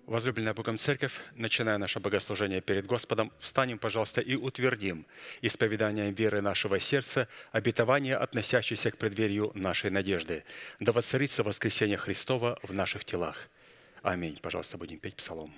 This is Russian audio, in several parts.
Возлюбленная Богом Церковь, начиная наше богослужение перед Господом, встанем, пожалуйста, и утвердим исповеданием веры нашего сердца обетование, относящееся к преддверию нашей надежды. Да воцарится воскресение Христова в наших телах. Аминь. Пожалуйста, будем петь псалом.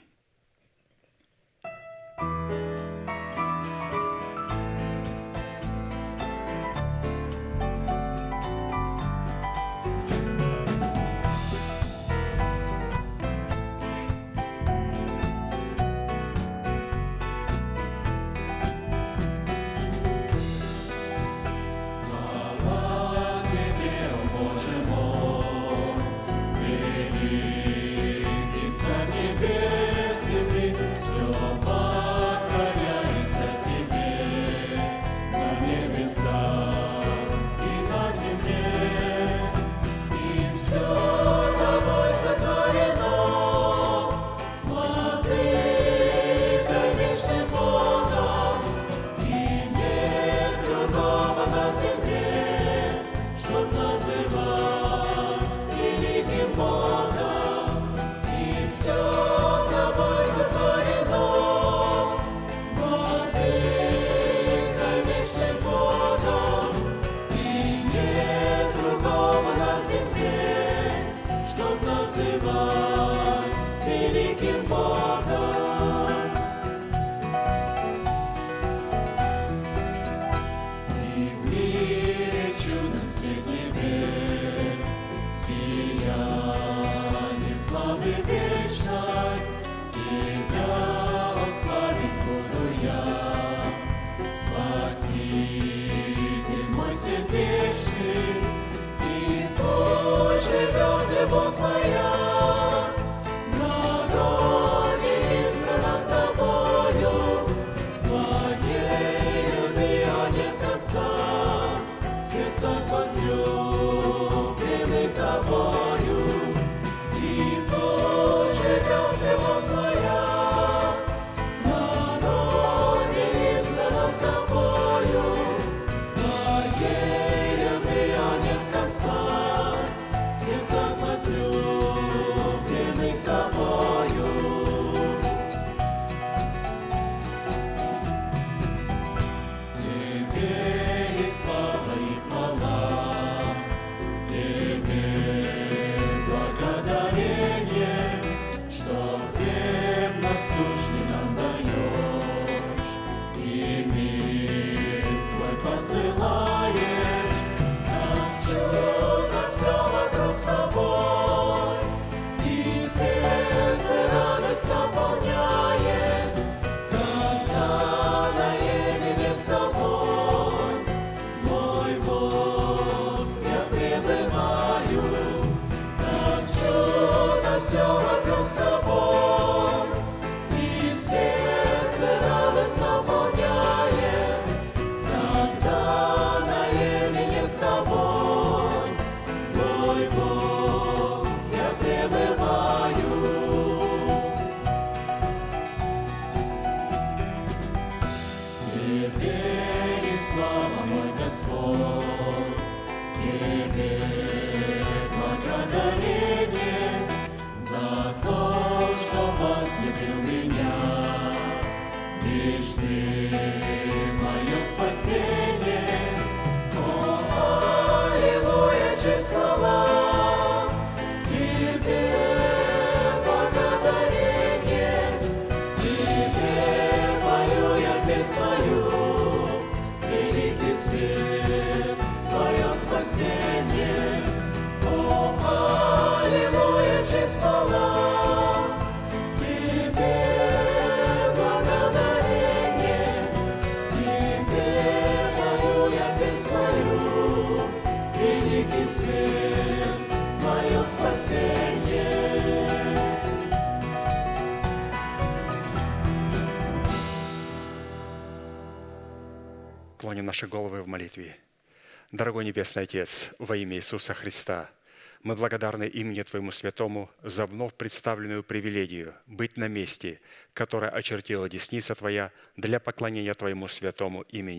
Клоним наши головы в молитве. Дорогой Небесный Отец, во имя Иисуса Христа, мы благодарны имени Твоему Святому за вновь представленную привилегию быть на месте, которое очертила десница Твоя для поклонения Твоему святому имени.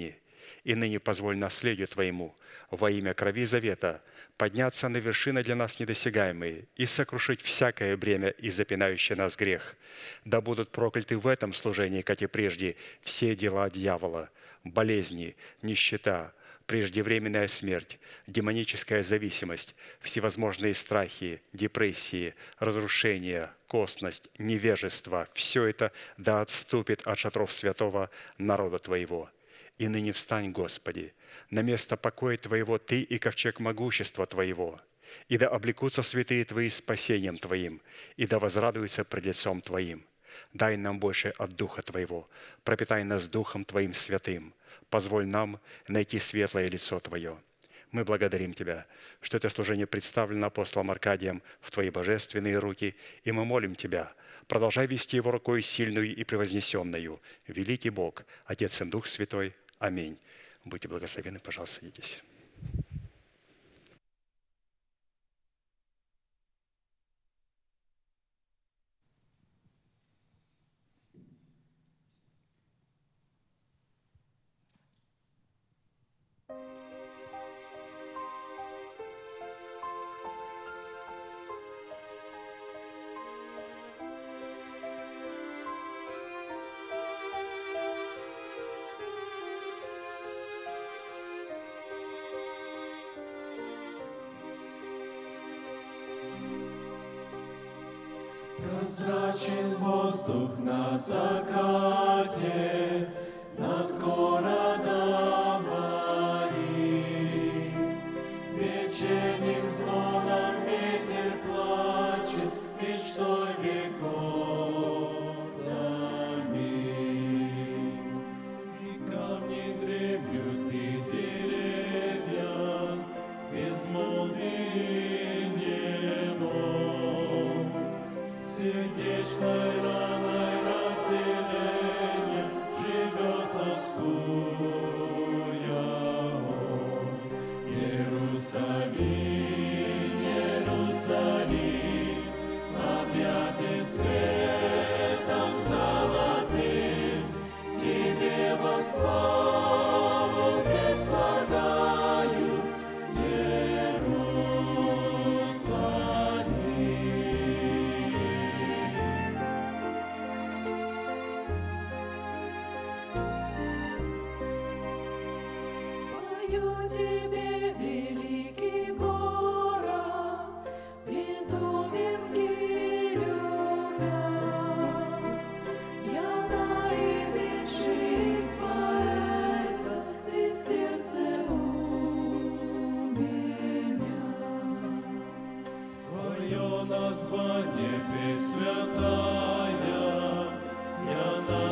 И ныне позволь наследию Твоему во имя крови завета подняться на вершины для нас недосягаемые и сокрушить всякое бремя и запинающий нас грех. Да будут прокляты в этом служении, как и прежде, все дела дьявола, болезни, нищета, преждевременная смерть, демоническая зависимость, всевозможные страхи, депрессии, разрушения, косность, невежество – все это да отступит от шатров святого народа Твоего. И ныне встань, Господи, на место покоя Твоего Ты и ковчег могущества Твоего, и да облекутся святые Твои спасением Твоим, и да возрадуются пред лицом Твоим. Дай нам больше от Духа Твоего, пропитай нас Духом Твоим святым, позволь нам найти светлое лицо Твое. Мы благодарим Тебя, что это служение представлено апостолом Аркадием в Твои божественные руки, и мы молим Тебя, продолжай вести его рукой сильную и превознесенную. Великий Бог, Отец и Дух Святой. Аминь. Будьте благословенны, пожалуйста, садитесь. Прозрачен воздух на закате над городом моим. Вечерним звоном ветер плачет, мечтой веков томим. И камни дремлют, и деревья безмолвие немо. Сердечной раной разделения живет тоскуя он. Иерусалим, Иерусалим, объятый светом золотым, тебе во славу предслагаю, Пою тебе, великий город, плету венки любя. Я наименьший из поэтов, ты в сердце у меня. Твое название пресвятая, я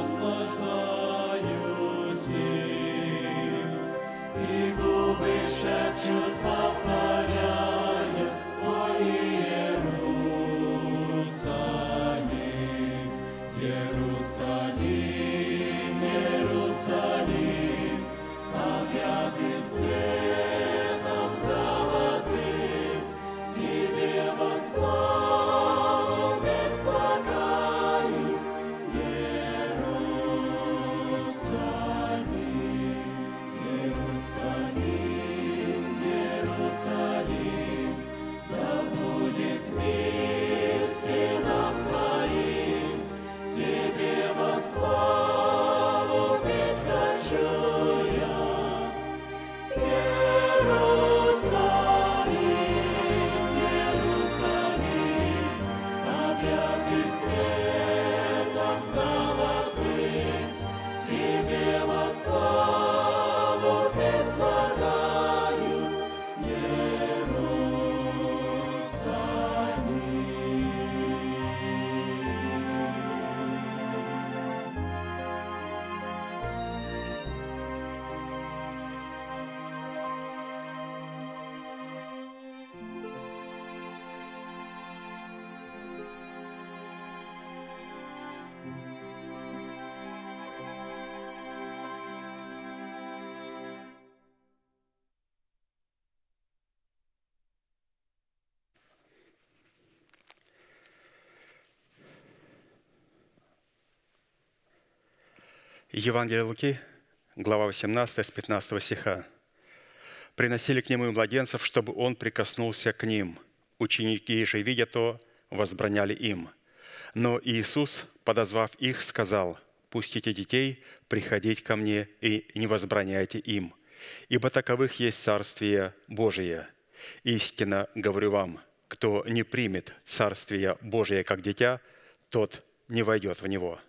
наслаждаюсь им. И губы шепчут, повторяя: о Иерусалим, Иерусалим, Иерусалим, объятый светом золотым, тебе во славу предслагаю, Иерусалим. Иерусалим, Иерусалим, да будет мир стенам Твоим, тебе во славу петь хочу я. Иерусалим, Иерусалим, объятый светом золотым, тебе во славу предслагаю, Евангелие Луки, глава 18, с 15 стиха. «Приносили к нему и младенцев, чтобы он прикоснулся к ним. Ученики же, видя то, возбраняли им. Но Иисус, подозвав их, сказал: пустите детей приходить ко мне и не возбраняйте им, ибо таковых есть Царствие Божие. Истинно говорю вам, кто не примет Царствие Божие как дитя, тот не войдет в него».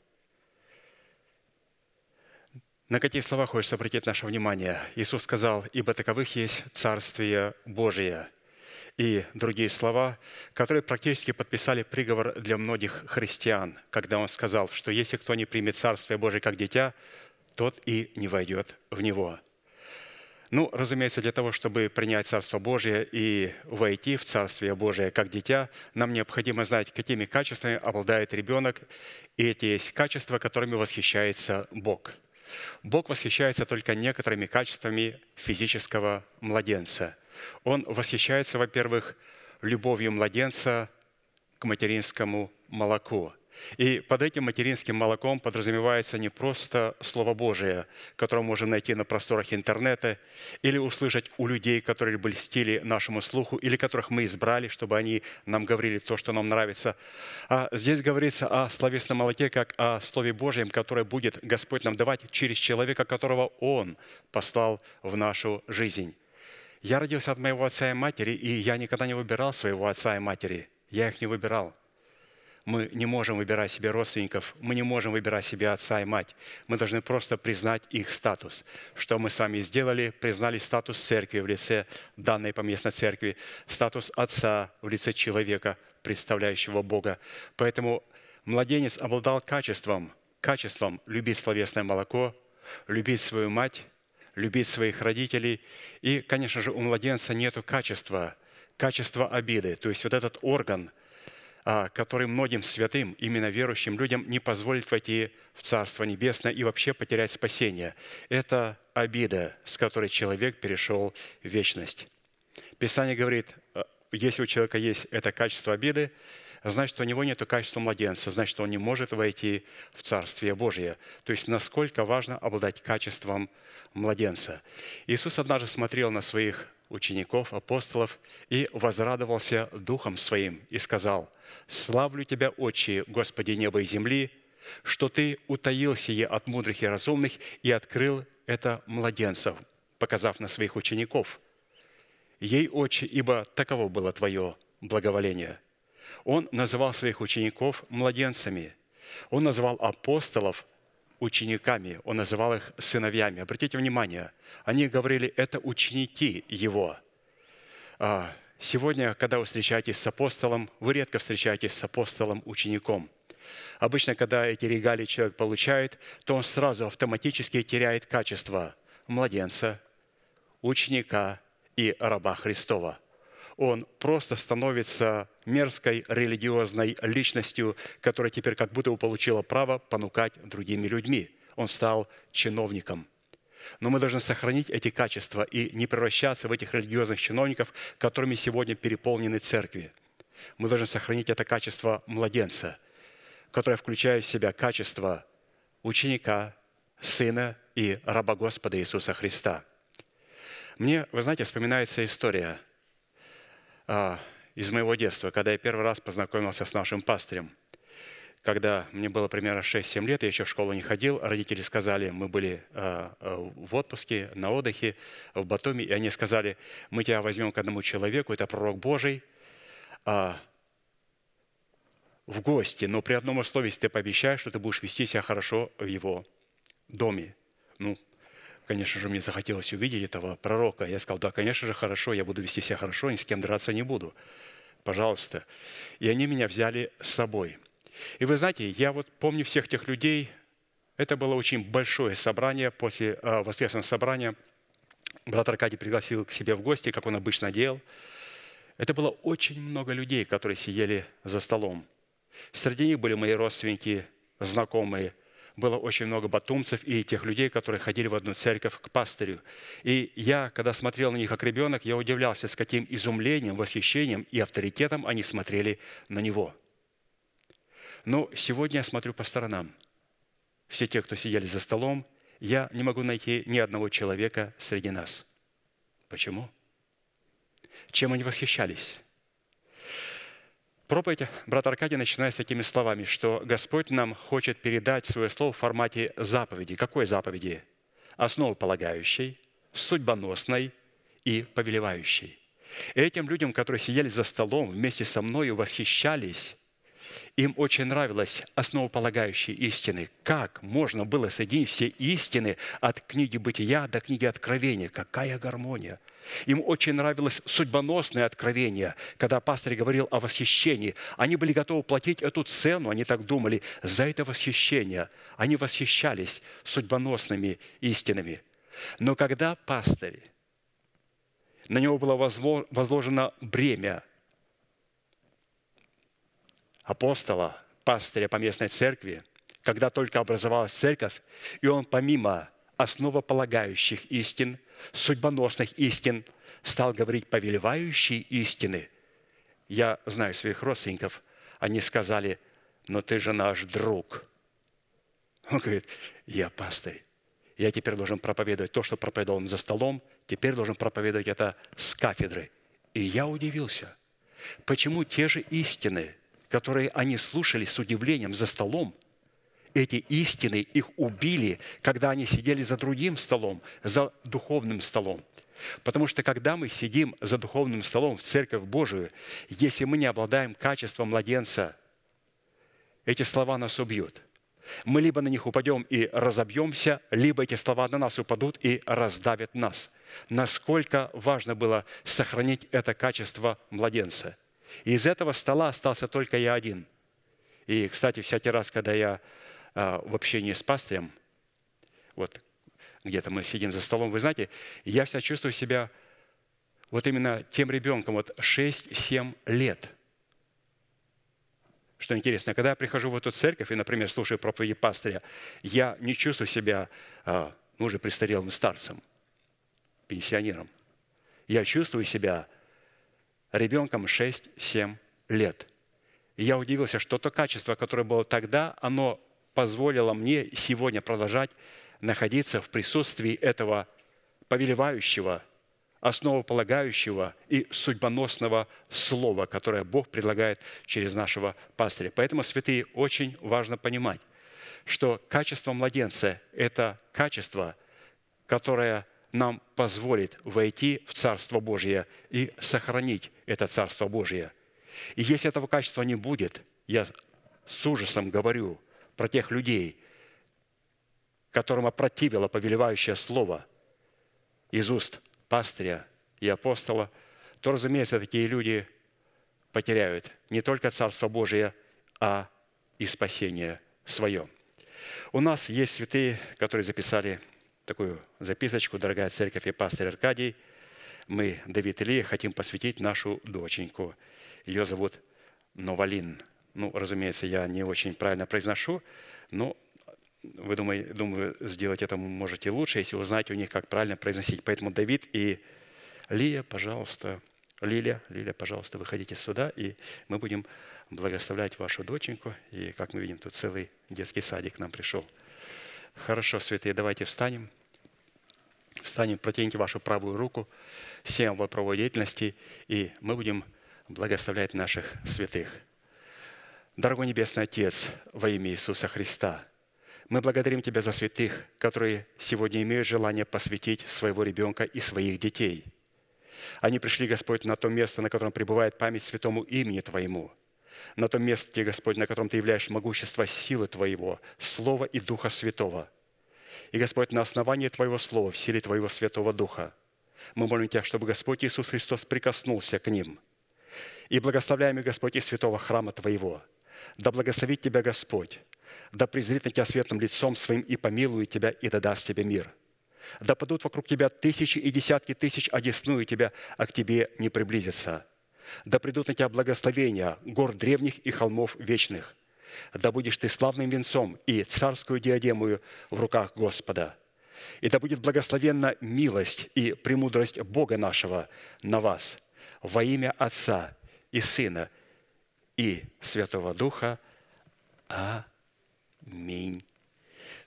На какие слова хочется обратить наше внимание? Иисус сказал: «Ибо таковых есть Царствие Божие». И другие слова, которые практически подписали приговор для многих христиан, когда Он сказал, что если кто не примет Царствие Божие как дитя, тот и не войдет в него. Разумеется, для того, чтобы принять Царство Божие и войти в Царствие Божие как дитя, нам необходимо знать, какими качествами обладает ребенок, и эти есть качества, которыми восхищается Бог. Бог восхищается только некоторыми качествами физического младенца. Он восхищается, во-первых, любовью младенца к материнскому молоку. И под этим материнским молоком подразумевается не просто Слово Божие, которое можем найти на просторах интернета, или услышать у людей, которые бы льстили нашему слуху, или которых мы избрали, чтобы они нам говорили то, что нам нравится. А здесь говорится о словесном молоке, как о Слове Божьем, которое будет Господь нам давать через человека, которого Он послал в нашу жизнь. Я родился от моего отца и матери, и я никогда не выбирал своего отца и матери. Я их не выбирал. Мы не можем выбирать себе родственников, мы не можем выбирать себе отца и мать. Мы должны просто признать их статус. Что мы сами сделали, признали статус церкви в лице данной поместной церкви, статус отца в лице человека, представляющего Бога. Поэтому младенец обладал качеством любить словесное молоко, любить свою мать, любить своих родителей. И, конечно же, у младенца нет качества обиды. То есть вот этот орган, который многим святым, именно верующим людям, не позволит войти в Царство Небесное и вообще потерять спасение. Это обида, с которой человек перешел в вечность. Писание говорит, если у человека есть это качество обиды, значит, у него нет качества младенца, значит, он не может войти в Царствие Божие. То есть, насколько важно обладать качеством младенца. Иисус однажды смотрел на своих учеников, апостолов, и возрадовался Духом Своим и сказал: «Славлю Тебя, Отче, Господи неба и земли, что Ты утаил сие от мудрых и разумных и открыл это младенцев, показав на своих учеников. Ей, Отче, ибо таково было Твое благоволение». Он называл своих учеников младенцами. Он называл апостолов учениками, он называл их сыновьями. Обратите внимание, они говорили, это ученики его. Сегодня, когда вы встречаетесь с апостолом, вы редко встречаетесь с апостолом-учеником. Обычно, когда эти регалии человек получает, то он сразу автоматически теряет качество младенца, ученика и раба Христова. Он просто становится мерзкой религиозной личностью, которая теперь как будто бы получила право понукать другими людьми. Он стал чиновником. Но мы должны сохранить эти качества и не превращаться в этих религиозных чиновников, которыми сегодня переполнены церкви. Мы должны сохранить это качество младенца, которое включает в себя качество ученика, сына и раба Господа Иисуса Христа. Мне, вы знаете, вспоминается история из моего детства, когда я первый раз познакомился с нашим пастырем. Когда мне было примерно 6-7 лет, я еще в школу не ходил, родители сказали, мы были в отпуске, на отдыхе в Батуми, и они сказали, мы тебя возьмем к одному человеку, это пророк Божий, в гости, но при одном условии, если ты пообещаешь, что ты будешь вести себя хорошо в его доме. Конечно же, мне захотелось увидеть этого пророка. Я сказал, да, конечно же, хорошо, я буду вести себя хорошо, ни с кем драться не буду. Пожалуйста. И они меня взяли с собой. И вы знаете, я помню всех тех людей. Это было очень большое собрание. После воскресного собрания брат Аркадий пригласил к себе в гости, как он обычно делал. Это было очень много людей, которые сидели за столом. Среди них были мои родственники, знакомые. Было очень много батумцев и тех людей, которые ходили в одну церковь к пастырю. И я, когда смотрел на них как ребенок, я удивлялся, с каким изумлением, восхищением и авторитетом они смотрели на него. Но сегодня я смотрю по сторонам. Все те, кто сидели за столом, я не могу найти ни одного человека среди нас. Почему? Чем они восхищались? Проповедь брата Аркадия начинается с такими словами, что Господь нам хочет передать свое слово в формате заповеди. Какой заповеди? Основополагающей, судьбоносной и повелевающей. И этим людям, которые сидели за столом вместе со мною, восхищались, им очень нравились основополагающие истины. Как можно было соединить все истины от книги Бытия до книги Откровения? Какая гармония! Им очень нравилось судьбоносное откровение, когда пастор говорил о восхищении. Они были готовы платить эту цену, они так думали, за это восхищение. Они восхищались судьбоносными истинами. Но когда пастор, на него было возложено бремя апостола, пастыря поместной церкви, когда только образовалась церковь, и он помимо основополагающих истин, судьбоносных истин, стал говорить повелевающие истины. Я знаю своих родственников, они сказали: но ты же наш друг. Он говорит: я пастырь. Я теперь должен проповедовать то, что проповедовал он за столом, теперь должен проповедовать это с кафедры. И я удивился, почему те же истины, которые они слушали с удивлением за столом, эти истины их убили, когда они сидели за другим столом, за духовным столом. Потому что когда мы сидим за духовным столом в Церковь Божию, если мы не обладаем качеством младенца, эти слова нас убьют. Мы либо на них упадем и разобьемся, либо эти слова на нас упадут и раздавят нас. Насколько важно было сохранить это качество младенца. И из этого стола остался только я один. И, кстати, всякий раз, когда я в общении с пастырем, вот где-то мы сидим за столом, вы знаете, я всегда чувствую себя вот именно тем ребенком, вот 6-7 лет. Что интересно, когда я прихожу в эту церковь и, например, слушаю проповеди пастыря, я не чувствую себя уже престарелым старцем, пенсионером. Я чувствую себя ребенком 6-7 лет. И я удивился, что то качество, которое было тогда, оно позволило мне сегодня продолжать находиться в присутствии этого повелевающего, основополагающего и судьбоносного слова, которое Бог предлагает через нашего пастыря. Поэтому, святые, очень важно понимать, что качество младенца – это качество, которое нам позволит войти в Царство Божие и сохранить это Царство Божие. И если этого качества не будет, я с ужасом говорю про тех людей, которым опротивило повелевающее слово из уст пастыря и апостола, то, разумеется, такие люди потеряют не только Царство Божие, а и спасение свое. У нас есть святые, которые записали такую записочку: «Дорогая церковь и пастырь Аркадий, мы, Давид и Лия, хотим посвятить нашу доченьку. Ее зовут Новалин». Ну, разумеется, я не очень правильно произношу, но вы, думаю, сделать это можете лучше, если узнаете у них, как правильно произносить. Поэтому Давид и Лия, пожалуйста, Лиля, пожалуйста, выходите сюда, и мы будем благословлять вашу доченьку. И, как мы видим, тут целый детский садик к нам пришел. Хорошо, святые, давайте встанем. Встанем, протяните вашу правую руку, символ правовой деятельности, и мы будем благословлять наших святых. Дорогой Небесный Отец, во имя Иисуса Христа, мы благодарим Тебя за святых, которые сегодня имеют желание посвятить своего ребенка и своих детей. Они пришли, Господь, на то место, на котором пребывает память святому имени Твоему, на том месте, Господь, на котором Ты являешь могущество силы Твоего, Слова и Духа Святого. И, Господь, на основании Твоего Слова, в силе Твоего Святого Духа, мы молим Тебя, чтобы Господь Иисус Христос прикоснулся к ним. И благословляем, Господь, и святого храма Твоего. Да благословит Тебя Господь, да презрит на Тебя светлым лицом Своим и помилует Тебя, и да даст Тебе мир. Да падут вокруг Тебя тысячи и десятки тысяч, одесную Тебя, а к Тебе не приблизятся. Да придут на Тебя благословения гор древних и холмов вечных. Да будешь Ты славным венцом и царскую диадемою в руках Господа. И да будет благословенна милость и премудрость Бога нашего на вас во имя Отца и Сына и Святого Духа. Аминь.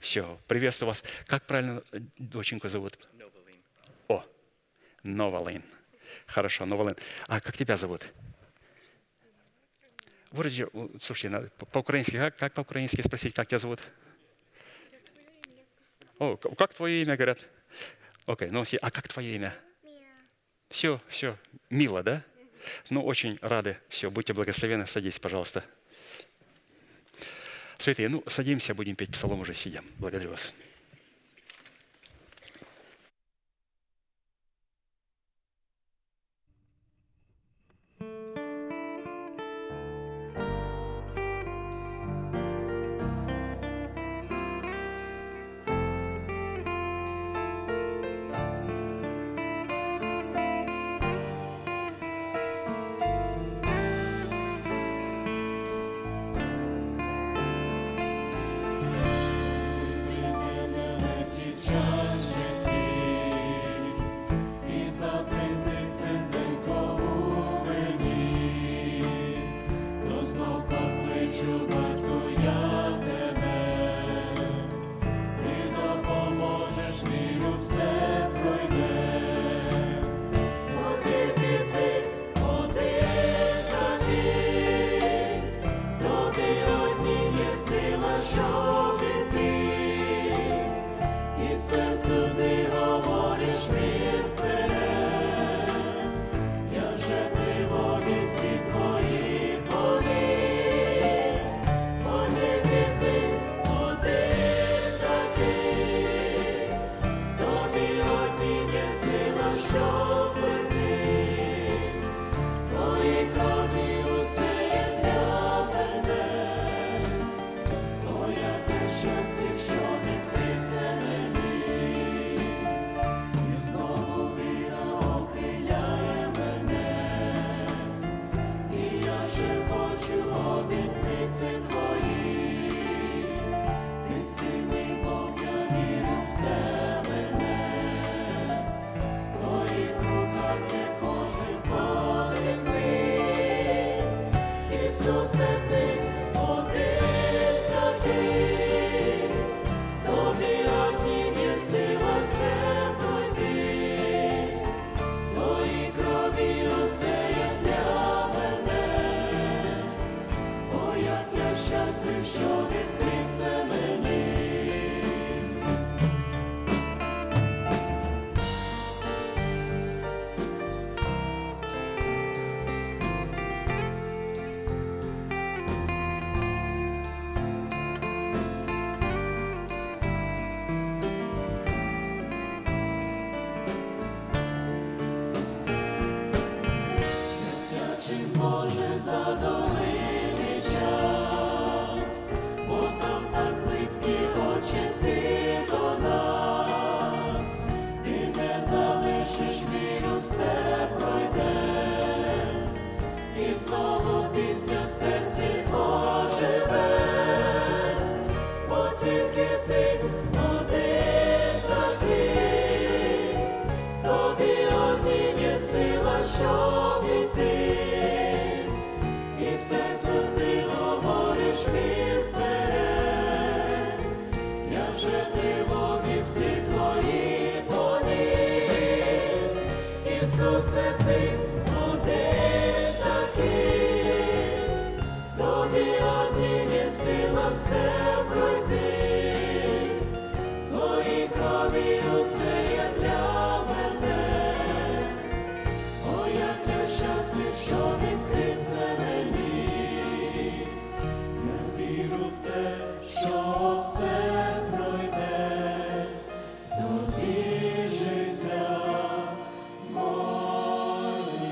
Все, приветствую вас. Как правильно доченьку зовут? О, Новалин. Хорошо, Новалин. А как тебя зовут? Слушай, по-украински, как по-украински спросить, как тебя зовут? О, как твое имя, говорят? Окей, ну, а как твое имя? Все, Мила, да? Ну, очень рады. Все, будьте благословенны. Садитесь, пожалуйста. Святые, ну, садимся, будем петь псалом уже сидя. Благодарю вас. Прийде нелегкий час в житті, і затримки серденько у мені, то знов покличу, батько, я тебе, ти допоможеш, вірю, все пройде. Бо тільки ти один такий, в тобі однім є сила, щоб іти, і серцю ти говориш вір вперед. Я вже тривоги всі твої повіз, бо тільки ти один такий, в тобі однім є сила, щоб пройти, твої крові усе є для мене. О, яке щастя, що відкриться мені, і знову віра окриляє мене, і я шепочу обітниці твої, ти сильний Бог, я вірю в себе. В твоїх руках є кожний подих мій, Ісусе, ти один такий, в тобі однім є сила все пройти, в твоїй крові усе є для мене. О, як я щаслив, що відкриться мені. Вдячний Боже за долинний час, бо там так близькі очі ти до нас, ти не залишиш, вірю, все пройде, і знову пісня в серці оживе, бо тільки ти один такий, в тобі однім є сила, щоб іти, і серцю ти говориш вір вперед. Я вже тривоги всі твої поніс, Ісусе, ти один такий, в тобі однім є сила все пройти, в твоїй крові усе є для мене. О, як я щаслив, що відкриться мені, я вірю в те, що все пройде, в тобі життя моє.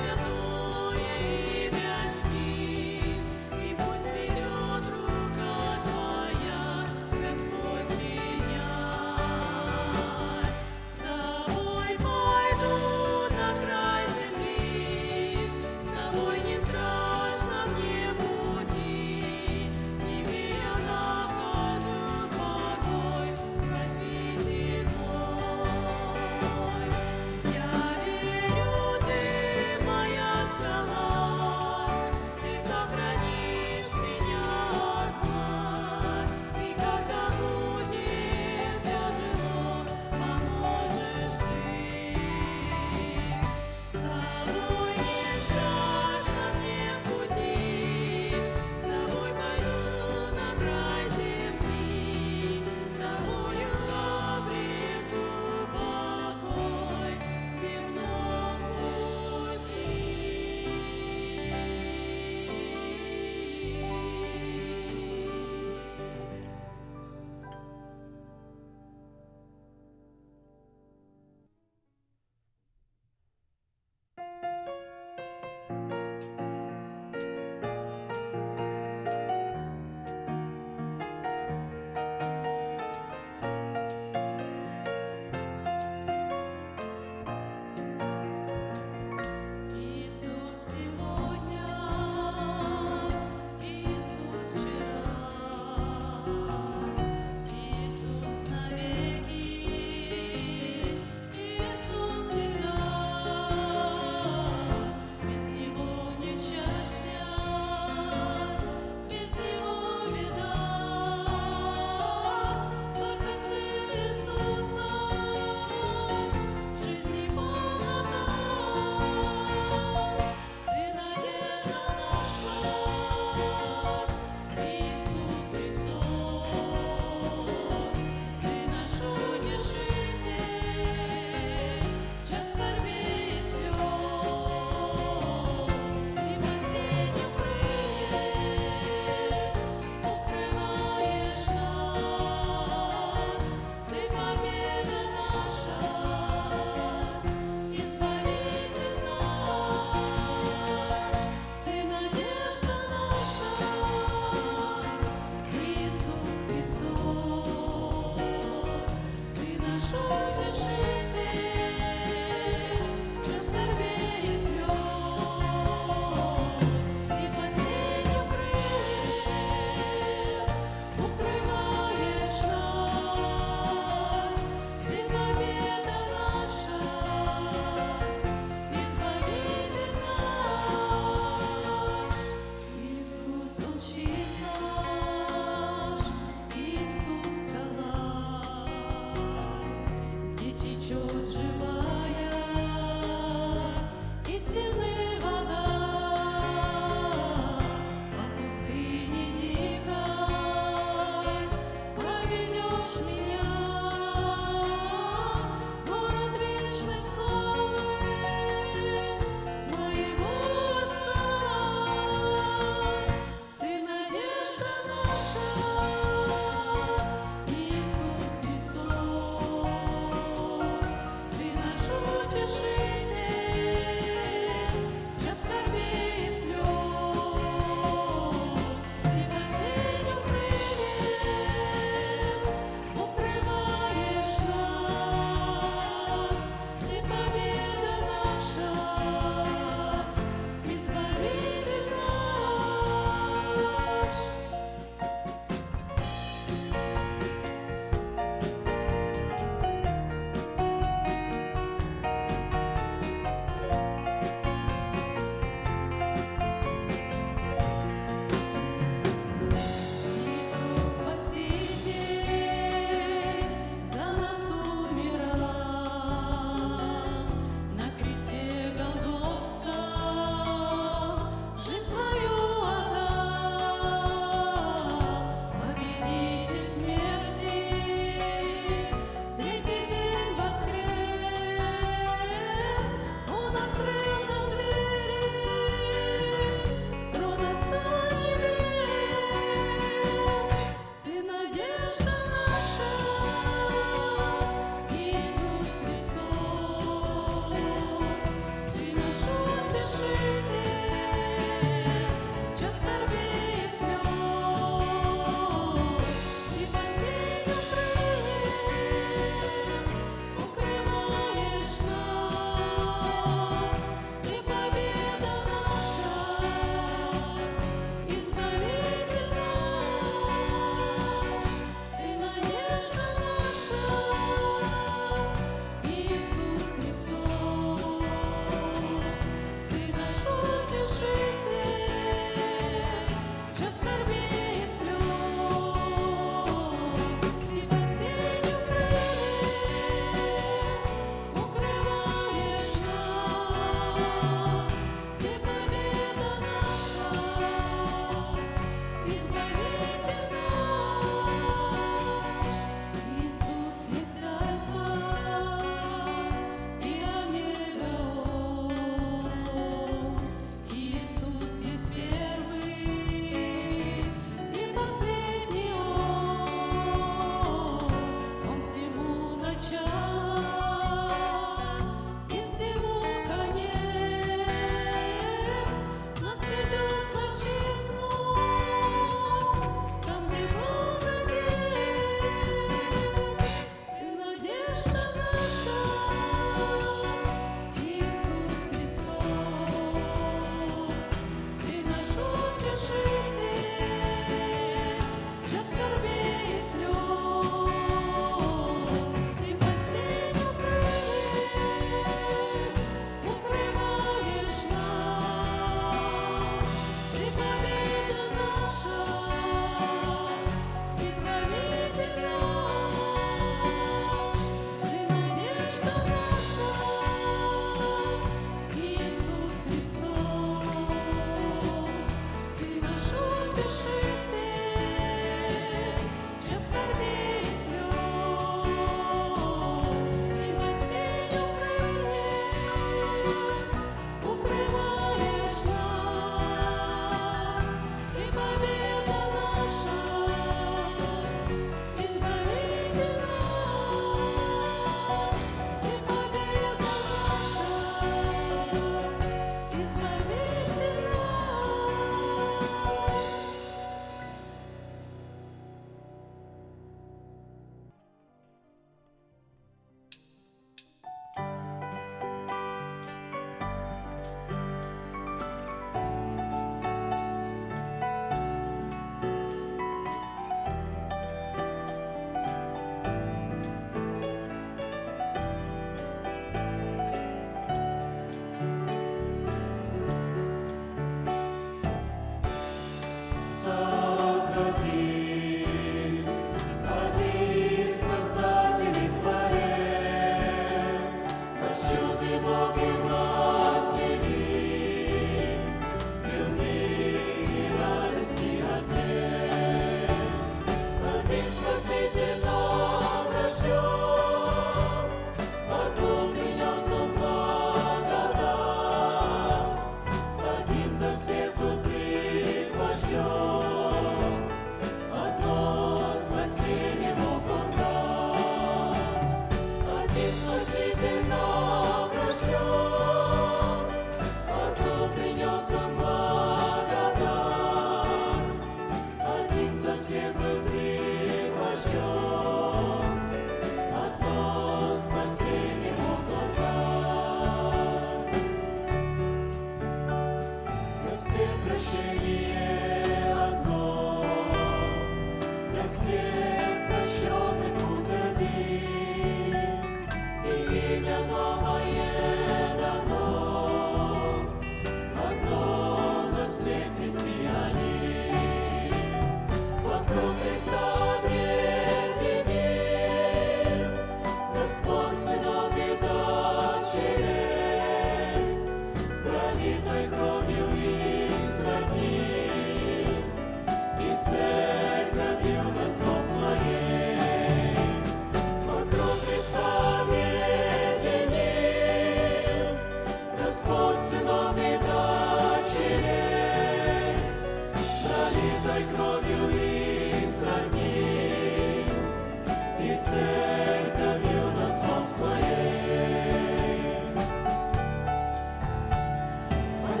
Спасибо.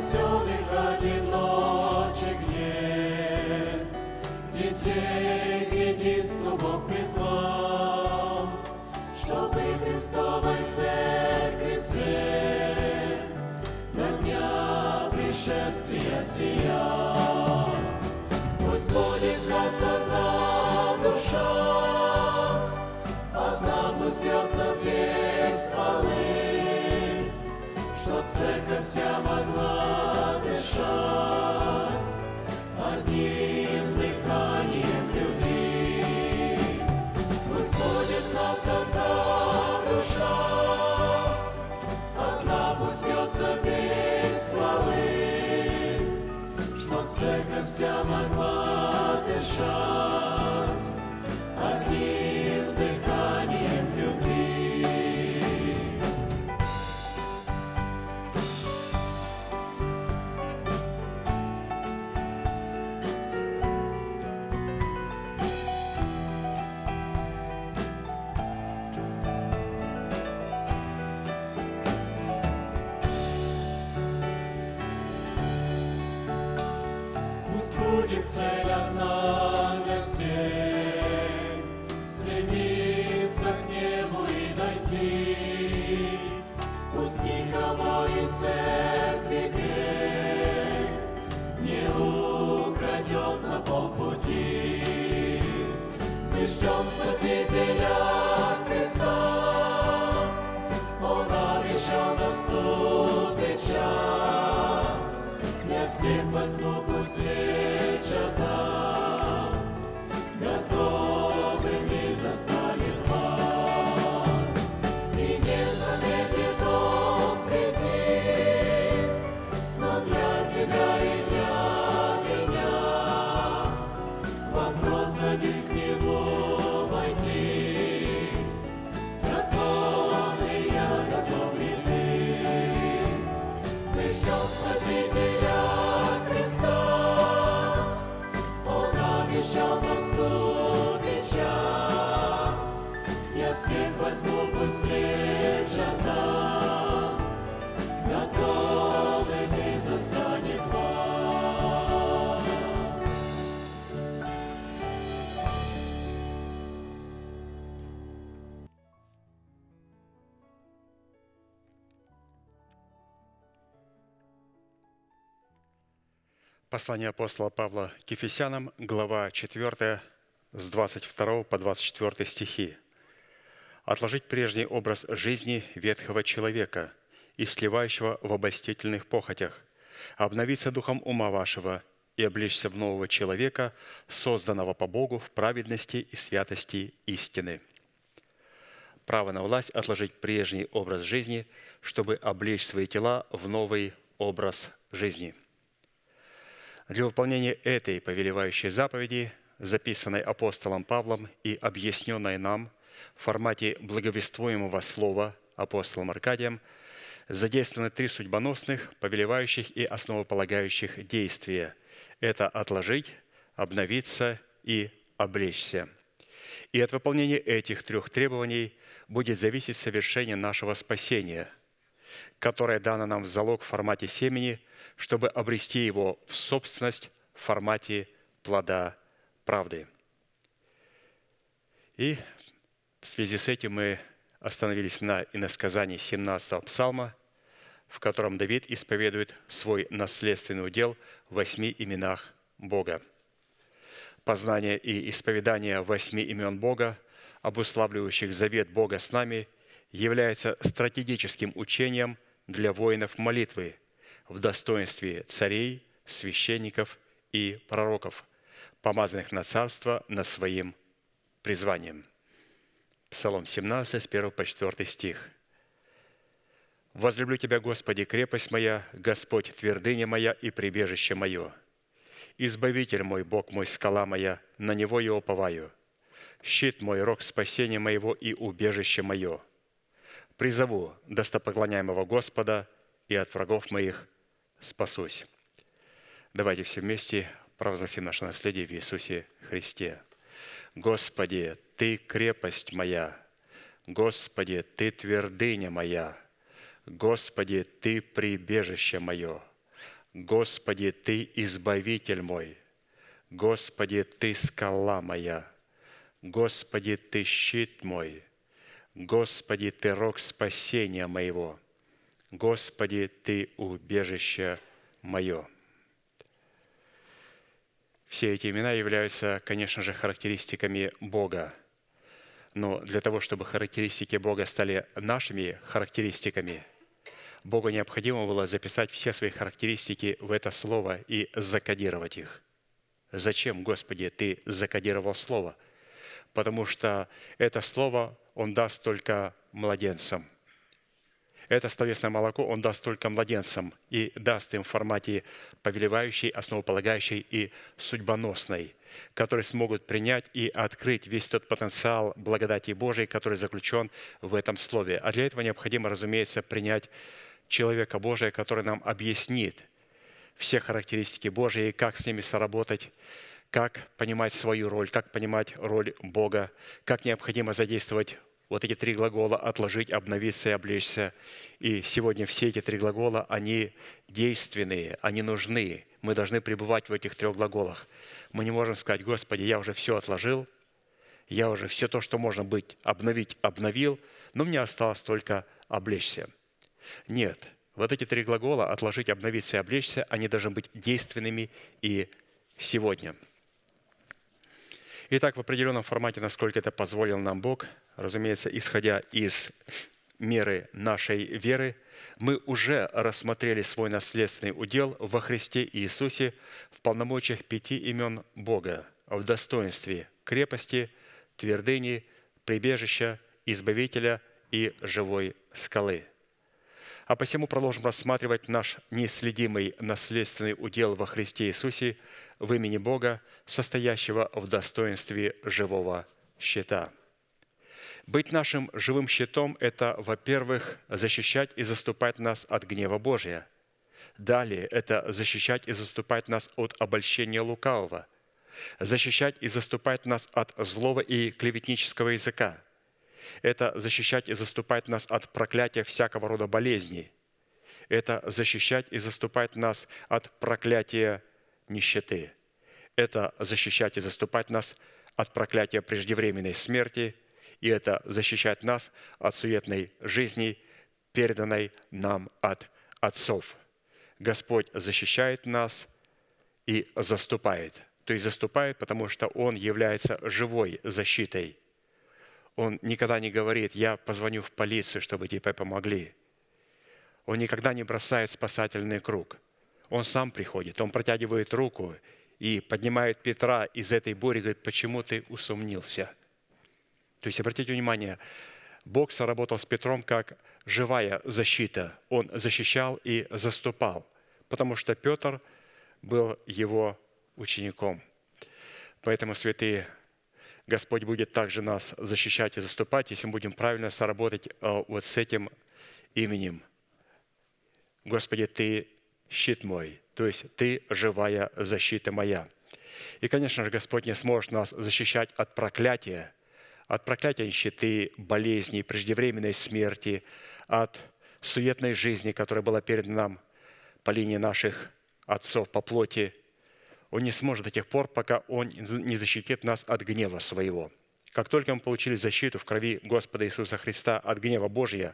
Христовой Церкви свет, до дня пришествия сия. Пусть будет в нас одна душа, одна пусть льется без хвалы, чтоб церковь вся могла дышать одним дыханием любви. Пусть будет в нас одна душа, одна пусть льется без хвалы, чтоб церковь вся могла дышать одним дыханием любви. Пусть будет цель одна для всех, стремиться к небу и дойти. Пусть никого из церкви грех не украдет на полпути. Мы ждем Спасителя Христа, Он обещал, наступит час. Я всех возьму, пусть встреча там, готовыми застанет вас. И не замедлит Он прийти, но для тебя и для меня вопрос один к Нему войти. Готов ли я, готов ли ты? Мы ждем Спасителя Христа, Он обещал, наступит час. Я всех возьму, пусть встреча там, готовыми застанет вас. Послание апостола Павла к Ефесянам, глава 4, с 22 по 24 стихи. «Отложить прежний образ жизни ветхого человека, истлевающего в обольстительных похотях, обновиться духом ума вашего и облечься в нового человека, созданного по Богу в праведности и святости истины». Право на власть отложить прежний образ жизни, чтобы облечь свои тела в новый образ жизни. Для выполнения этой повелевающей заповеди, записанной апостолом Павлом и объясненной нам в формате благовествуемого слова апостолом Аркадием, задействованы 3 судьбоносных, повелевающих и основополагающих действия. Это отложить, обновиться и облечься. И от выполнения этих 3 требований будет зависеть совершение нашего спасения, которое дано нам в залог в формате семени, чтобы обрести его в собственность в формате плода правды. И в связи с этим мы остановились на иносказании 17-го псалма, в котором Давид исповедует свой наследственный удел в 8 именах Бога. Познание и исповедание 8 имен Бога, обуславливающих завет Бога с нами, является стратегическим учением для воинов молитвы в достоинстве царей, священников и пророков, помазанных на царство над своим призванием. Псалом 17, с 1 по 4 стих. «Возлюблю Тебя, Господи, крепость моя, Господь, твердыня моя и прибежище мое. Избавитель мой, Бог мой, скала моя, на Него я уповаю. Щит мой, рог спасения моего и убежище мое. Призову достопоклоняемого Господа, и от врагов моих спасусь». Давайте все вместе провозгласим наше наследие в Иисусе Христе. «Господи, Ты крепость моя, Господи, Ты твердыня моя, Господи, Ты прибежище мое, Господи, Ты избавитель мой, Господи, Ты скала моя, Господи, Ты щит мой, Господи, Ты рог спасения моего. Господи, Ты убежище мое. Все эти имена являются, конечно же, характеристиками Бога. Но для того, чтобы характеристики Бога стали нашими характеристиками, Богу необходимо было записать все свои характеристики в это слово и закодировать их. Зачем, Господи, Ты закодировал слово? Потому что это слово Он даст только младенцам. Это словесное молоко Он даст только младенцам и даст им в формате повелевающей, основополагающей и судьбоносной, которые смогут принять и открыть весь тот потенциал благодати Божией, который заключен в этом слове. А для этого необходимо, разумеется, принять человека Божия, который нам объяснит все характеристики Божьи, и как с ними соработать, как понимать свою роль, как понимать роль Бога, как необходимо задействовать вот эти три глагола «отложить», «обновиться» и «облечься». И сегодня все эти три глагола, они действенные, они нужны. Мы должны пребывать в этих трех глаголах. Мы не можем сказать: «Господи, я уже все отложил, я уже все то, что можно быть, обновить, обновил, но мне осталось только облечься». Нет, вот эти три глагола «отложить», «обновиться» и «облечься», они должны быть действенными и сегодня. Итак, в определенном формате, насколько это позволил нам Бог, разумеется, исходя из меры нашей веры, мы уже рассмотрели свой наследственный удел во Христе Иисусе в полномочиях 5 имен Бога, в достоинстве крепости, твердыни, прибежища, избавителя и живой скалы. А посему продолжим рассматривать наш неисследимый наследственный удел во Христе Иисусе в имени Бога, состоящего в достоинстве живого щита. Быть нашим живым щитом – это, во-первых, защищать и заступать нас от гнева Божия. Далее – это защищать и заступать нас от обольщения лукавого, защищать и заступать нас от злого и клеветнического языка. Это защищать и заступать нас от проклятия всякого рода болезней. Это защищать и заступать нас от проклятия нищеты. Это защищать и заступать нас от проклятия преждевременной смерти. И это защищать нас от суетной жизни, переданной нам от отцов. Господь защищает нас и заступает. То есть заступает, потому что Он является живой защитой. Он никогда не говорит: «Я позвоню в полицию, чтобы тебе помогли». Он никогда не бросает спасательный круг. Он сам приходит, Он протягивает руку и поднимает Петра из этой бури и говорит: «Почему ты усомнился?» То есть, обратите внимание, Бог соработал с Петром как живая защита. Он защищал и заступал, потому что Петр был его учеником. Поэтому, святые, Господь будет также нас защищать и заступать, если мы будем правильно соработать вот с этим именем. Господи, Ты щит мой, то есть Ты живая защита моя. И, конечно же, Господь не сможет нас защищать от проклятия нищеты, болезней, преждевременной смерти, от суетной жизни, которая была передана нам по линии наших отцов по плоти. Он не сможет до тех пор, пока Он не защитит нас от гнева своего. Как только мы получили защиту в крови Господа Иисуса Христа от гнева Божия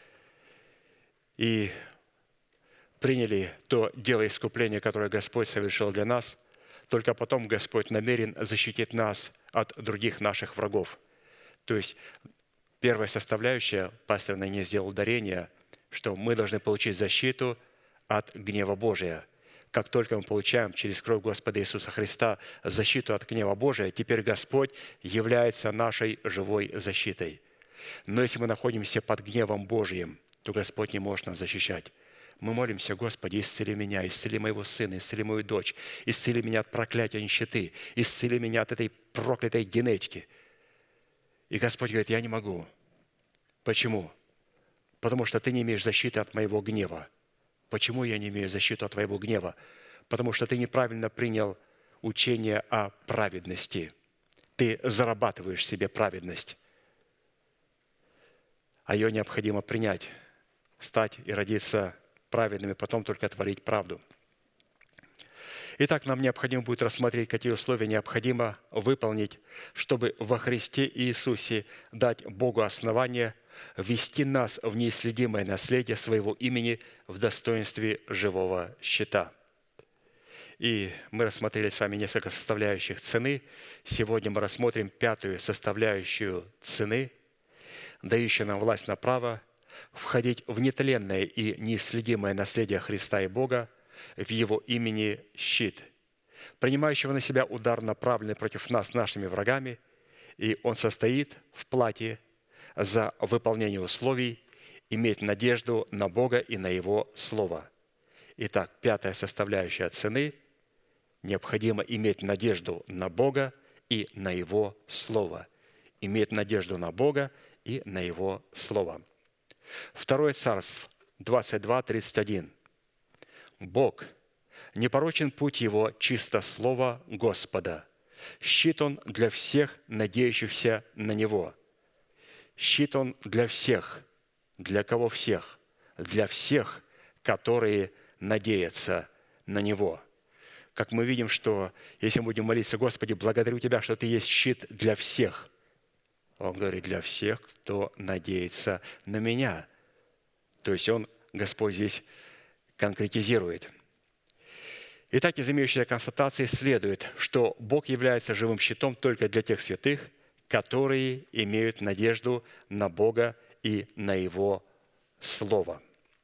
и приняли то дело искупления, которое Господь совершил для нас, только потом Господь намерен защитить нас от других наших врагов. То есть первая составляющая, пастор на ней сделал ударение, что мы должны получить защиту от гнева Божия. Как только мы получаем через кровь Господа Иисуса Христа защиту от гнева Божия, теперь Господь является нашей живой защитой. Но если мы находимся под гневом Божьим, то Господь не может нас защищать. Мы молимся: «Господи, исцели меня, исцели моего сына, исцели мою дочь, исцели меня от проклятия нищеты, исцели меня от этой проклятой генетики». И Господь говорит: «Я не могу». Почему? Потому что ты не имеешь защиты от моего гнева. Почему я не имею защиту от твоего гнева? Потому что ты неправильно принял учение о праведности. Ты зарабатываешь себе праведность. А ее необходимо принять, стать и родиться праведными, потом только творить правду. Итак, нам необходимо будет рассмотреть, какие условия необходимо выполнить, чтобы во Христе Иисусе дать Богу основание ввести нас в неисследимое наследие своего имени в достоинстве живого щита. И мы рассмотрели с вами несколько составляющих цены. Сегодня мы рассмотрим пятую составляющую цены, дающую нам власть на право входить в нетленное и неисследимое наследие Христа и Бога в Его имени щит, принимающего на себя удар, направленный против нас нашими врагами, и он состоит в плате за выполнение условий, иметь надежду на Бога и на Его Слово. Итак, пятая составляющая цены – необходимо иметь надежду на Бога и на Его Слово. Иметь надежду на Бога и на Его Слово. Второе Царств, 22:31. Бог, непорочен путь Его, чисто слово Господа. Щит Он для всех, надеющихся на Него. Щит Он для всех. Для кого всех? Для всех, которые надеются на Него. Как мы видим, что если мы будем молиться: Господи, благодарю Тебя, что Ты есть щит для всех. Он говорит: для всех, кто надеется на Меня. То есть Он, Господь, здесь конкретизирует. Итак, из имеющейся констатации следует, что Бог является живым щитом только для тех святых, которые имеют надежду на Бога и на Его Слово.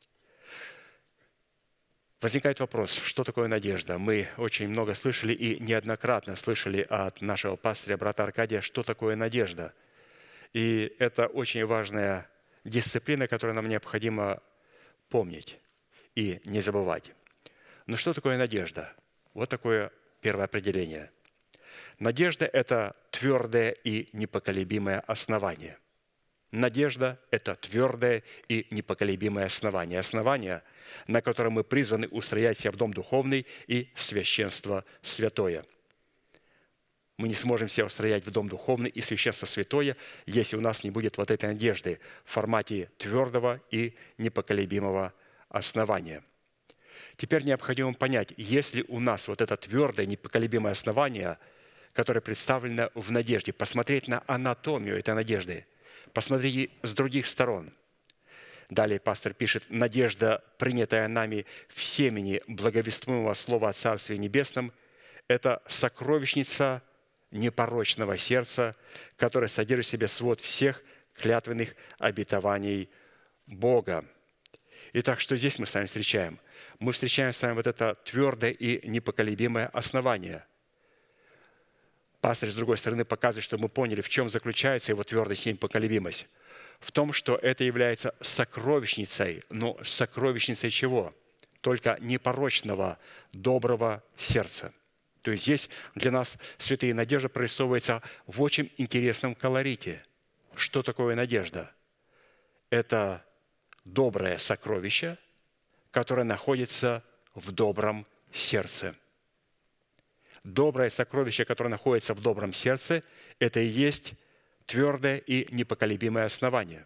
Возникает вопрос, что такое надежда? Мы очень много слышали и неоднократно слышали от нашего пастыря, брата Аркадия, что такое надежда. И это очень важная дисциплина, которую нам необходимо помнить и не забывать. Но что такое надежда? Вот такое первое определение. Надежда – это твердое и непоколебимое основание. Надежда – это твердое и непоколебимое основание. Основание, на котором мы призваны устроять себя в дом духовный и священство святое. Мы не сможем себя устроять в дом духовный и священство святое, если у нас не будет вот этой надежды в формате твердого и непоколебимого основания. Теперь необходимо понять, если у нас вот это твердое, непоколебимое основание, которое представлено в надежде, посмотреть на анатомию этой надежды, посмотреть с других сторон. Далее пастор пишет: «Надежда, принятая нами в семени благовествуемого слова о Царстве Небесном, это сокровищница непорочного сердца, которое содержит в себе свод всех клятвенных обетований Бога». Итак, что здесь мы с вами встречаем? Мы встречаем с вами вот это твердое и непоколебимое основание. Пастор, с другой стороны, показывает, чтобы мы поняли, в чем заключается его твердость и непоколебимость. В том, что это является сокровищницей. Но сокровищницей чего? Только непорочного, доброго сердца. То есть здесь для нас святые надежда прорисовывается в очень интересном колорите. Что такое надежда? Это доброе сокровище, которое находится в добром сердце. Доброе сокровище, которое находится в добром сердце, это и есть твердое и непоколебимое основание.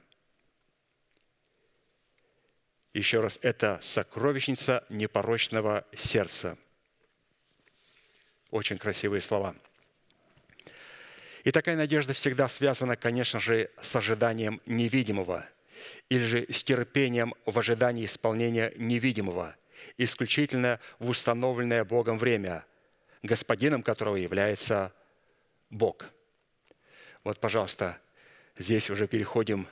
Еще раз, это сокровищница непорочного сердца. Очень красивые слова. И такая надежда всегда связана, конечно же, с ожиданием невидимого или же с терпением в ожидании исполнения невидимого, исключительно в установленное Богом время, господином которого является Бог. Вот, пожалуйста, здесь уже переходим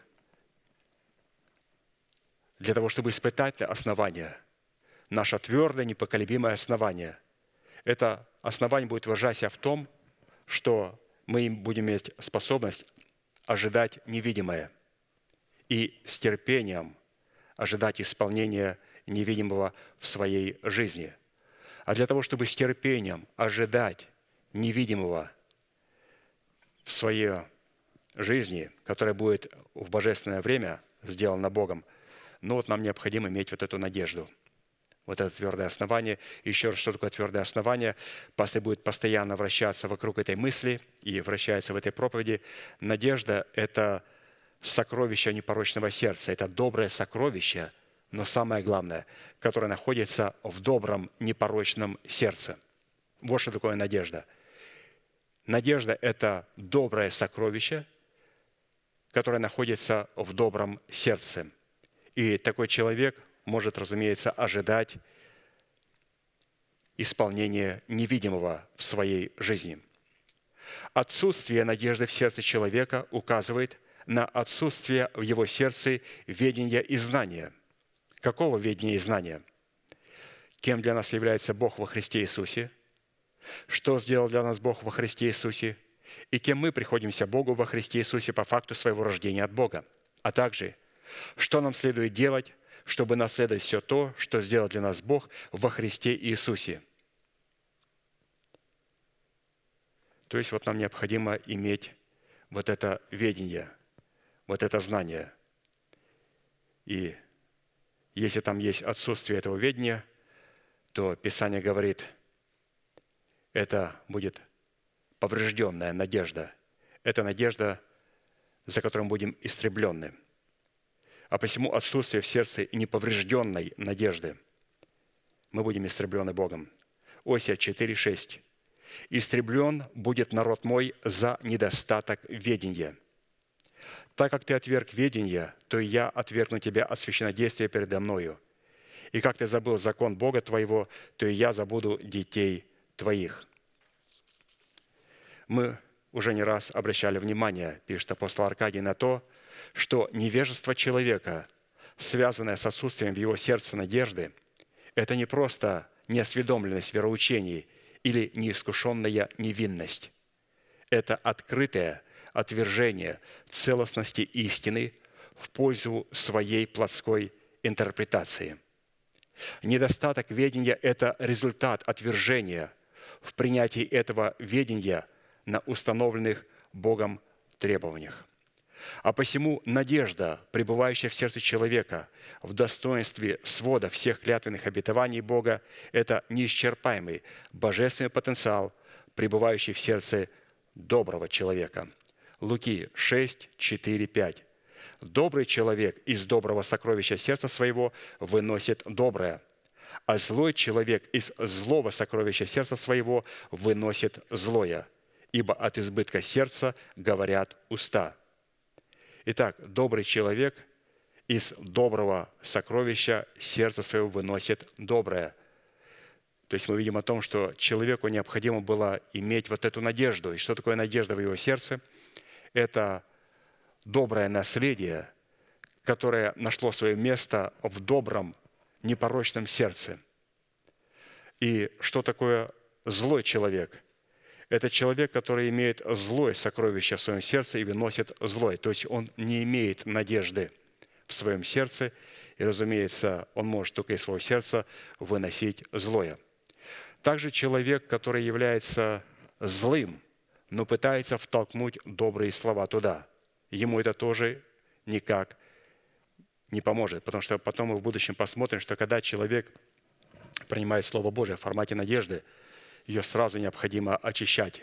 для того, чтобы испытать основание, наше твердое, непоколебимое основание. Это основание будет выражаться в том, что мы будем иметь способность ожидать невидимое и с терпением ожидать исполнения невидимого в своей жизни. А для того, чтобы с терпением ожидать невидимого в своей жизни, которая будет в божественное время сделана Богом, но вот нам необходимо иметь вот эту надежду, вот это твердое основание. Еще раз, что такое твердое основание? Пастор будет постоянно вращаться вокруг этой мысли и вращается в этой проповеди. Надежда – это сокровище непорочного сердца, это доброе сокровище, но самое главное, которое находится в добром непорочном сердце. Вот что такое надежда. Надежда – это доброе сокровище, которое находится в добром сердце. И такой человек может, разумеется, ожидать исполнения невидимого в своей жизни. Отсутствие надежды в сердце человека указывает на отсутствие в его сердце ведения и знания. Какого ведения и знания? Кем для нас является Бог во Христе Иисусе? Что сделал для нас Бог во Христе Иисусе? И кем мы приходимся Богу во Христе Иисусе по факту своего рождения от Бога? А также, что нам следует делать, чтобы наследовать все то, что сделал для нас Бог во Христе Иисусе? То есть вот нам необходимо иметь вот это ведение, вот это знание. И если там есть отсутствие этого ведения, то Писание говорит, это будет поврежденная надежда. Это надежда, за которой мы будем истреблены. А посему отсутствие в сердце неповрежденной надежды мы будем истреблены Богом. Осия 4:6. «Истреблен будет народ мой за недостаток ведения. Так как ты отверг ведение, то и я отвергну тебя от священнодействия передо мною. И как ты забыл закон Бога твоего, то и я забуду детей твоих». Мы уже не раз обращали внимание, пишет апостол Аркадий, на то, что невежество человека, связанное с отсутствием в его сердце надежды, это не просто неосведомленность вероучений или неискушенная невинность. Это открытое отвержение целостности истины в пользу своей плотской интерпретации. Недостаток ведения – это результат отвержения в принятии этого ведения на установленных Богом требованиях. А посему надежда, пребывающая в сердце человека в достоинстве свода всех клятвенных обетований Бога, это неисчерпаемый божественный потенциал, пребывающий в сердце доброго человека. Луки 6, 4, 5. «Добрый человек из доброго сокровища сердца своего выносит доброе, а злой человек из злого сокровища сердца своего выносит злое, ибо от избытка сердца говорят уста». Итак, добрый человек из доброго сокровища сердца своего выносит доброе. То есть мы видим о том, что человеку необходимо было иметь вот эту надежду. И что такое надежда в его сердце? Это доброе наследие, которое нашло свое место в добром, непорочном сердце. И что такое злой человек? Это человек, который имеет злое сокровище в своем сердце и выносит злое. То есть он не имеет надежды в своем сердце, и, разумеется, он может только из своего сердца выносить злое. Также человек, который является злым, но пытается втолкнуть добрые слова туда, ему это тоже никак не поможет, потому что потом мы в будущем посмотрим, что когда человек принимает Слово Божие в формате надежды, ее сразу необходимо очищать.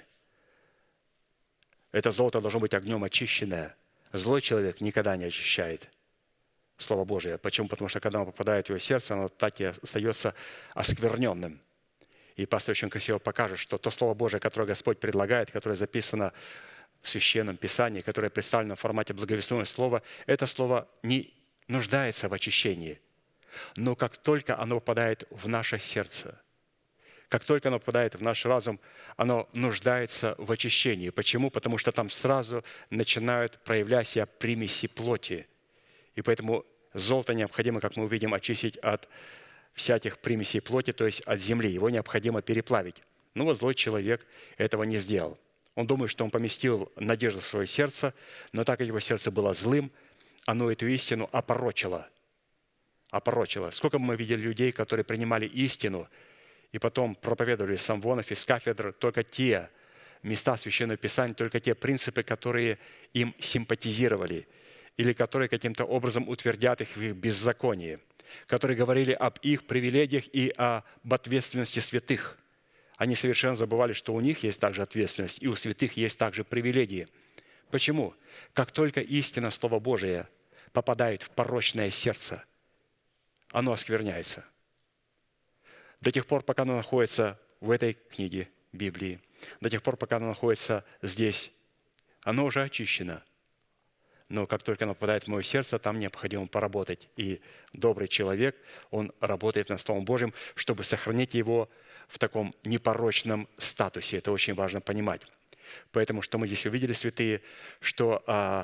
Это золото должно быть огнем очищенное. Злой человек никогда не очищает Слово Божие. Почему? Потому что когда оно попадает в его сердце, оно так и остается оскверненным. И пастор очень красиво покажет, что то Слово Божие, которое Господь предлагает, которое записано в Священном Писании, которое представлено в формате благовестного слова, это слово не нуждается в очищении. Но как только оно попадает в наше сердце, как только оно попадает в наш разум, оно нуждается в очищении. Почему? Потому что там сразу начинают проявлять себя примеси плоти. И поэтому золото необходимо, как мы увидим, очистить от всяких примесей плоти, то есть от земли. Его необходимо переплавить. Ну вот злой человек этого не сделал. Он думает, что он поместил надежду в свое сердце, но так как его сердце было злым, оно эту истину опорочило. Сколько мы видели людей, которые принимали истину, и потом проповедовали с амвонов, из кафедр только те места Священного Писания, только те принципы, которые им симпатизировали, или которые каким-то образом утвердят их в их беззаконии, которые говорили об их привилегиях и об ответственности святых. Они совершенно забывали, что у них есть также ответственность, и у святых есть также привилегии. Почему? Как только истина Слова Божия попадает в порочное сердце, оно оскверняется. До тех пор, пока оно находится в этой книге Библии. До тех пор, пока оно находится здесь, оно уже очищено. Но как только оно попадает в мое сердце, там необходимо поработать. И добрый человек, он работает над Словом Божьим, чтобы сохранить его в таком непорочном статусе. Это очень важно понимать. Поэтому, что мы здесь увидели, святые, что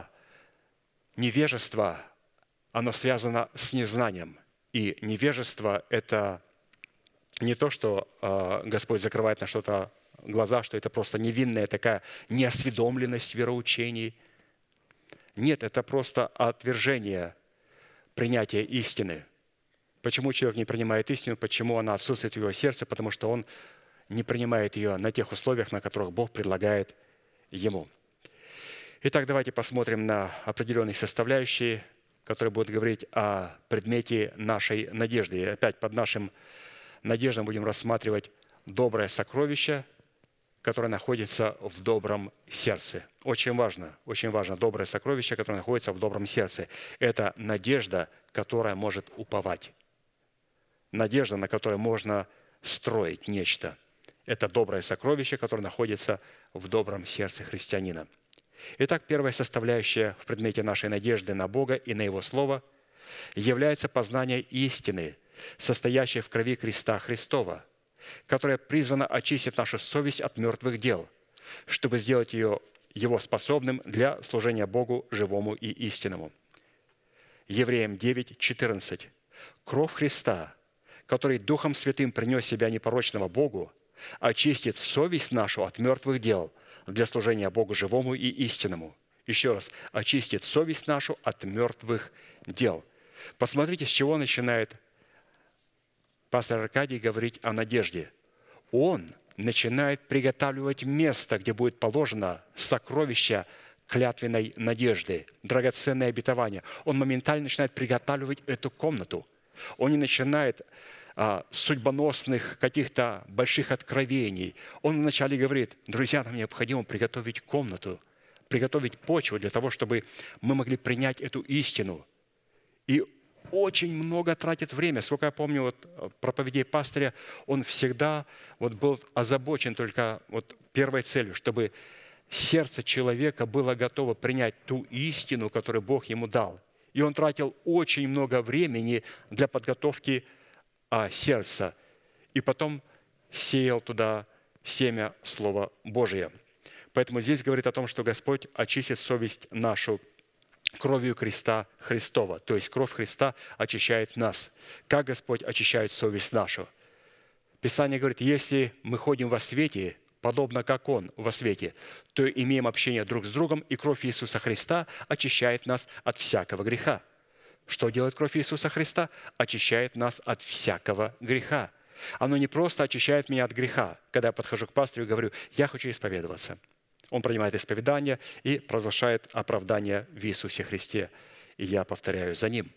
невежество, оно связано с незнанием. И невежество – это не то, что Господь закрывает на что-то глаза, что это просто невинная такая неосведомленность вероучений. Нет, это просто отвержение принятия истины. Почему человек не принимает истину? Почему она отсутствует в его сердце? Потому что он не принимает ее на тех условиях, на которых Бог предлагает ему. Итак, давайте посмотрим на определенные составляющие, которые будут говорить о предмете нашей надежды. И опять под нашим надеждой будем рассматривать доброе сокровище, которое находится в добром сердце. Очень важно доброе сокровище, которое находится в добром сердце. Это надежда, которая может уповать. Надежда, на которой можно строить нечто. Это доброе сокровище, которое находится в добром сердце христианина. Итак, первая составляющая в предмете нашей надежды на Бога и на Его Слово является познание истины, состоящей в крови креста Христова, которая призвана очистить нашу совесть от мертвых дел, чтобы сделать его способным для служения Богу живому и истинному. Евреям 9:14. «Кровь Христа, который Духом Святым принес себя непорочного Богу, очистит совесть нашу от мертвых дел для служения Богу живому и истинному». Еще раз, очистит совесть нашу от мертвых дел. Посмотрите, с чего начинает пастор Аркадий говорить о надежде. Он начинает приготавливать место, где будет положено сокровище клятвенной надежды, драгоценное обетование. Он моментально начинает приготавливать эту комнату. Он не начинает судьбоносных каких-то больших откровений. Он вначале говорит: друзья, нам необходимо приготовить комнату, приготовить почву для того, чтобы мы могли принять эту истину. И очень много тратит время. Сколько я помню проповедей пастыря, он всегда был озабочен только первой целью, чтобы сердце человека было готово принять ту истину, которую Бог ему дал. И он тратил очень много времени для подготовки сердца. И потом сеял туда семя Слова Божия. Поэтому здесь говорит о том, что Господь очистит совесть нашу кровью креста Христова. То есть кровь Христа очищает нас. Как Господь очищает совесть нашу? Писание говорит: если мы ходим во свете, подобно как Он во свете, то имеем общение друг с другом, и кровь Иисуса Христа очищает нас от всякого греха. Что делает кровь Иисуса Христа? Очищает нас от всякого греха. Оно не просто очищает меня от греха. Когда я подхожу к пастору и говорю: я хочу исповедоваться. Он принимает исповедание и провозглашает оправдание в Иисусе Христе. И я повторяю за Ним.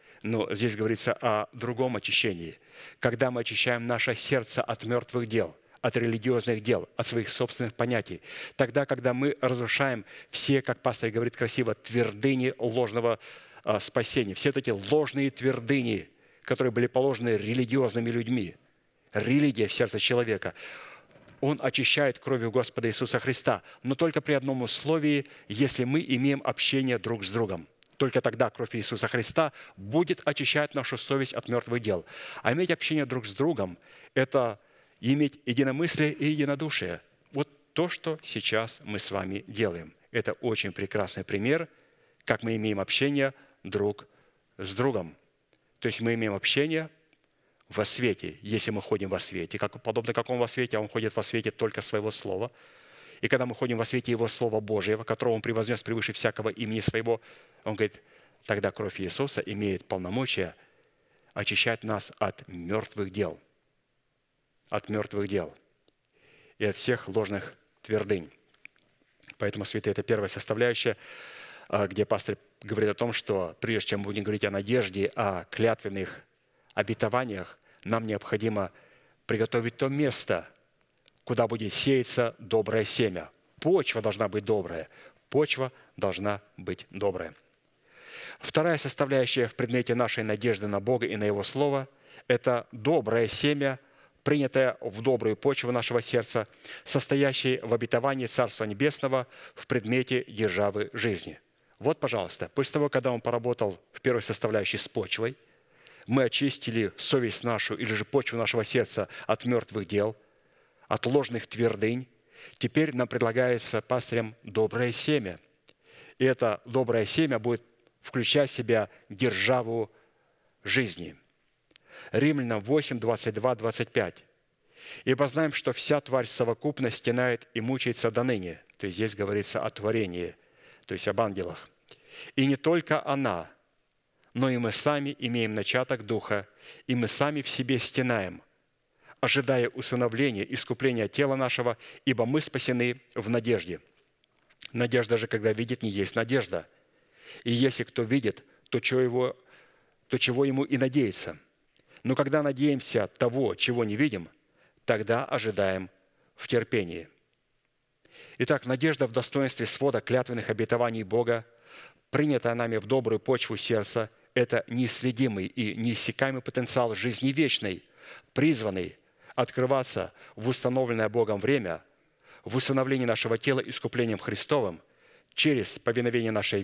Но здесь говорится о другом очищении. Когда мы очищаем наше сердце от мертвых дел, от религиозных дел, от своих собственных понятий. Тогда, когда мы разрушаем все, как пастор говорит красиво, твердыни ложного спасения, все эти ложные твердыни, которые были положены религиозными людьми, религия в сердце человека, Он очищает кровью Господа Иисуса Христа, но только при одном условии, если мы имеем общение друг с другом. Только тогда кровь Иисуса Христа будет очищать нашу совесть от мертвых дел. А иметь общение друг с другом – это иметь единомыслие и единодушие. Вот то, что сейчас мы с вами делаем. Это очень прекрасный пример, как мы имеем общение друг с другом. То есть мы имеем общение во свете, если мы ходим во свете. Подобно какому во свете? Он ходит во свете только своего слова. И когда мы ходим во свете Его Слова Божьего, которого Он превознес превыше всякого имени Своего, Он говорит: тогда кровь Иисуса имеет полномочия очищать нас от мертвых дел. От мертвых дел и от всех ложных твердынь. Поэтому, святые, это первая составляющая, где пастор говорит о том, что прежде чем мы будем говорить о надежде, о клятвенных обетованиях, нам необходимо приготовить то место, куда будет сеяться доброе семя. Почва должна быть добрая. Почва должна быть добрая. Вторая составляющая в предмете нашей надежды на Бога и на Его Слово – это доброе семя принятое в добрую почву нашего сердца, состоящее в обетовании Царства Небесного в предмете державы жизни. Вот, пожалуйста, после того, когда он поработал в первой составляющей с почвой, мы очистили совесть нашу или же почву нашего сердца от мертвых дел, от ложных твердынь. Теперь нам предлагается пастырям доброе семя. И это доброе семя будет включать в себя державу жизни. Римлянам 8, 22, 25. «Ибо знаем, что вся тварь совокупно стенает и мучается до ныне». То есть здесь говорится о творении, то есть об ангелах. «И не только она, но и мы сами имеем начаток Духа, и мы сами в себе стенаем, ожидая усыновления, искупления тела нашего, ибо мы спасены в надежде». Надежда же, когда видит, не есть надежда. И если кто видит, то чего ему и надеется. Но когда надеемся того, чего не видим, тогда ожидаем в терпении. Итак, надежда в достоинстве свода клятвенных обетований Бога, принятая нами в добрую почву сердца, это неисследимый и неиссякаемый потенциал жизни вечной, призванный открываться в установленное Богом время, в усыновлении нашего тела искуплением Христовым через повиновение нашей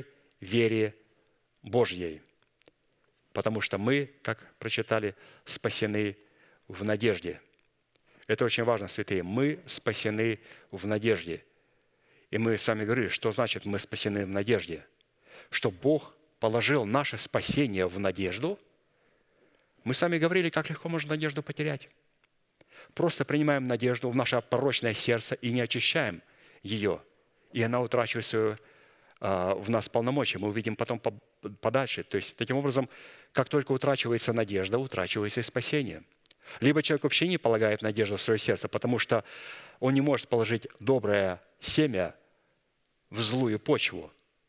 вере Божьей. Потому что мы, как прочитали, спасены в надежде. Это очень важно, святые. Мы спасены в надежде. И мы с вами говорили, что значит мы спасены в надежде. Что Бог положил наше спасение в надежду. Мы с вами говорили, как легко можно надежду потерять. Просто принимаем надежду в наше порочное сердце и не очищаем ее. И она утрачивает свое в нас полномочия. Мы увидим потом подальше. То есть, таким образом, как только утрачивается надежда, утрачивается и спасение. Либо человек вообще не полагает надежду в свое сердце, потому что он не может положить доброе семя в злую почву.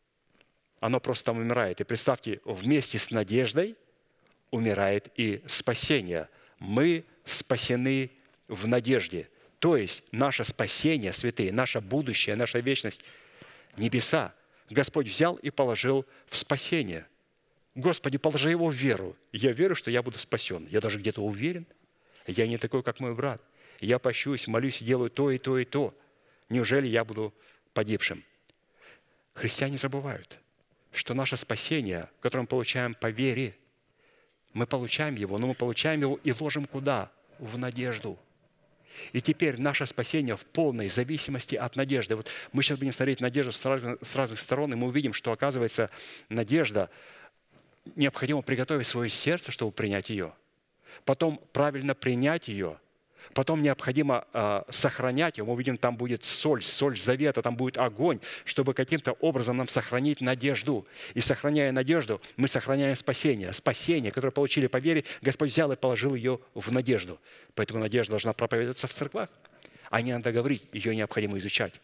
Оно просто там умирает. И представьте, вместе с надеждой умирает и спасение. Мы спасены в надежде. То есть наше спасение, святые, наше будущее, наша вечность, небеса, Господь взял и положил в спасение. Господи, положи его в веру. Я верю, что я буду спасен. Я даже где-то уверен. Я не такой, как мой брат. Я пощусь, молюсь, делаю то и то и то. Неужели я буду погибшим? Христиане забывают, что наше спасение, которое мы получаем по вере, мы получаем его, но мы получаем его и ложим куда? В надежду. И теперь наше спасение в полной зависимости от надежды. Вот мы сейчас будем смотреть надежду с разных сторон, и мы увидим, что, оказывается, надежда, необходимо приготовить свое сердце, чтобы принять ее. Потом правильно принять ее. Потом необходимо сохранять ее. Мы увидим, там будет соль завета, там будет огонь, чтобы каким-то образом нам сохранить надежду. И сохраняя надежду, мы сохраняем спасение. Спасение, которое получили по вере, Господь взял и положил ее в надежду. Поэтому надежда должна проповедоваться в церквах. А не надо говорить, ее необходимо изучать.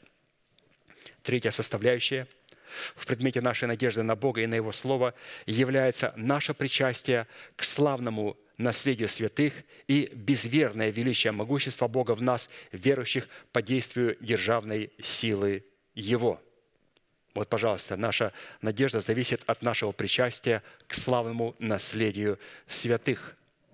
Третья составляющая в предмете нашей надежды на Бога и на Его Слово является наше причастие к славному наследию святых и безверное величие могущества Бога в нас, верующих по действию державной силы Его. Вот, пожалуйста, наша надежда зависит от нашего причастия к славному наследию святых.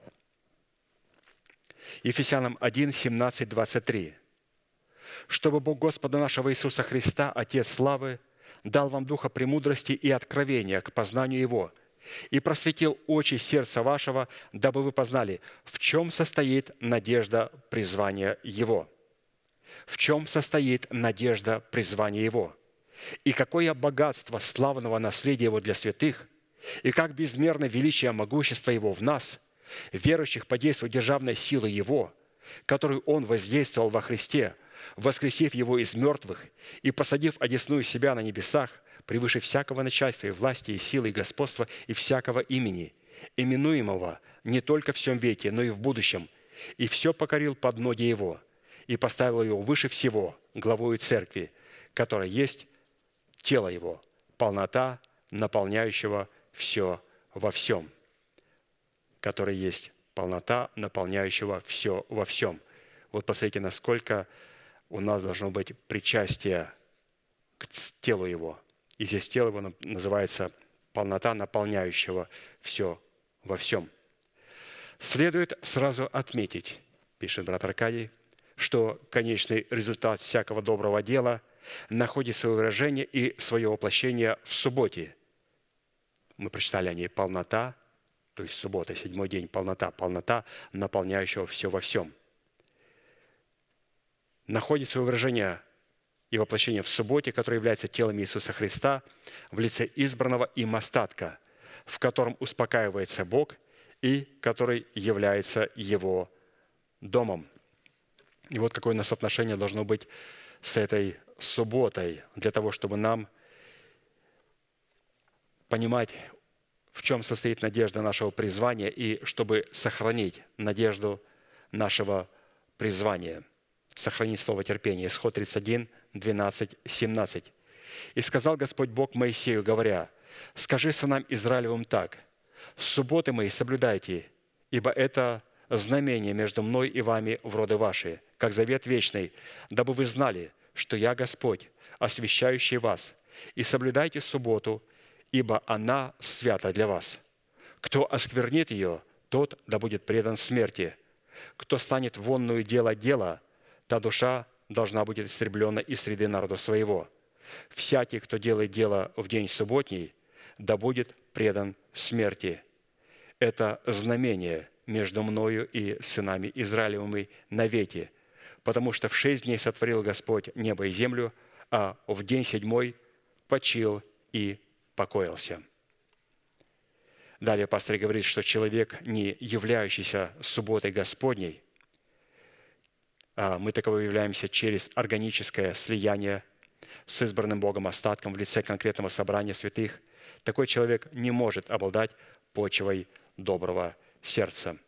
Ефесянам 1, 17, 23. «Чтобы Бог Господа нашего Иисуса Христа, Отец славы, дал вам духа премудрости и откровения к познанию Его, и просветил очи сердца вашего, дабы вы познали, в чем состоит надежда призвания Его». В чем состоит надежда призвания Его? И какое богатство славного наследия Его для святых, и как безмерно величие могущества Его в нас, верующих по действию державной силы Его, которую Он воздействовал во Христе, воскресив Его из мертвых и посадив одесную себя на небесах, превыше всякого начальства и власти, и силы, и господства, и всякого имени, именуемого не только в всем веке, но и в будущем, и все покорил под ноги Его, и поставил Его выше всего, главою Церкви, которая есть тело Его, полнота, наполняющего все во всем, которая есть полнота, наполняющего все во всем. Вот посмотрите, насколько у нас должно быть причастие к телу Его. И здесь тело Его называется полнота, наполняющего все во всем. Следует сразу отметить, пишет брат Аркадий, что конечный результат всякого доброго дела находит свое выражение и свое воплощение в субботе. Мы прочитали о ней полнота, то есть суббота, седьмой день, полнота, наполняющего все во всем. Находит свое выражение и воплощение в субботе, которое является телом Иисуса Христа в лице избранного им остатка, в котором успокаивается Бог и который является Его домом. И вот какое у нас отношение должно быть с этой субботой, для того, чтобы нам понимать, в чем состоит надежда нашего призвания, и чтобы сохранить надежду нашего призвания, сохранить слово терпения. Исход 31, 12, 17. «И сказал Господь Бог Моисею, говоря: скажи сынам Израилевым так: субботы мои соблюдайте, ибо это знамение между мной и вами в роды ваши, как завет вечный, дабы вы знали, что я Господь, освящающий вас, и соблюдайте субботу, ибо она свята для вас. Кто осквернит ее, тот да будет предан смерти. Кто станет вонную делать дело, та душа должна быть истреблена из среды народа своего. Всякий, кто делает дело в день субботний, да будет предан смерти. Это знамение между мною и сынами Израилевыми навеки, потому что в 6 дней сотворил Господь небо и землю, а в день 7 почил и покоился». Далее пастор говорит, что человек, не являющийся субботой Господней, мы таково являемся через органическое слияние с избранным Богом остатком в лице конкретного собрания святых, такой человек не может обладать почвой доброго сердца.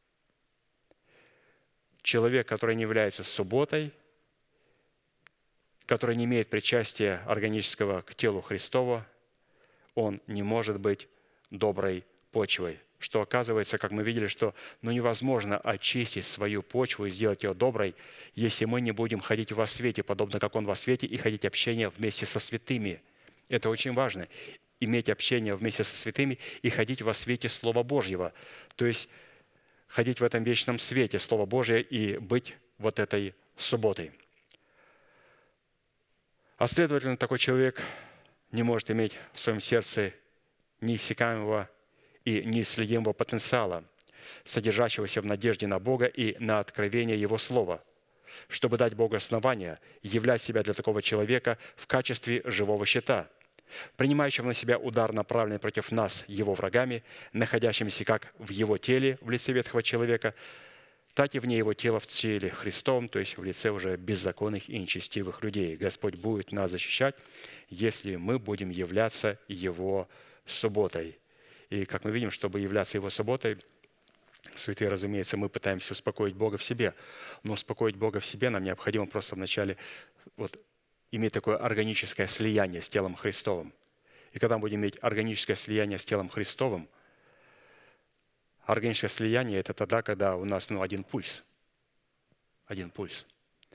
Человек, который не является субботой, который не имеет причастия органического к телу Христову, он не может быть доброй почвой. Что оказывается, как мы видели, что невозможно очистить свою почву и сделать ее доброй, если мы не будем ходить во свете, подобно как Он во свете, и ходить общение вместе со святыми. Это очень важно. Иметь общение вместе со святыми и ходить во свете Слова Божьего. То есть ходить в этом вечном свете Слова Божия и быть вот этой субботой. А следовательно, такой человек не может иметь в своем сердце неиссякаемого и неисследимого потенциала, содержащегося в надежде на Бога и на откровение Его Слова, чтобы дать Богу основания являть себя для такого человека в качестве живого щита, принимающего на себя удар, направленный против нас, его врагами, находящимися как в его теле, в лице ветхого человека, так и вне его тела в теле Христовом, то есть в лице уже беззаконных и нечестивых людей. Господь будет нас защищать, если мы будем являться Его субботой. И как мы видим, чтобы являться Его субботой, святые, разумеется, мы пытаемся успокоить Бога в себе. Но успокоить Бога в себе нам необходимо просто вначале иметь такое органическое слияние с телом Христовым. И когда мы будем иметь органическое слияние с телом Христовым, органическое слияние – это тогда, когда у нас один пульс. Один пульс.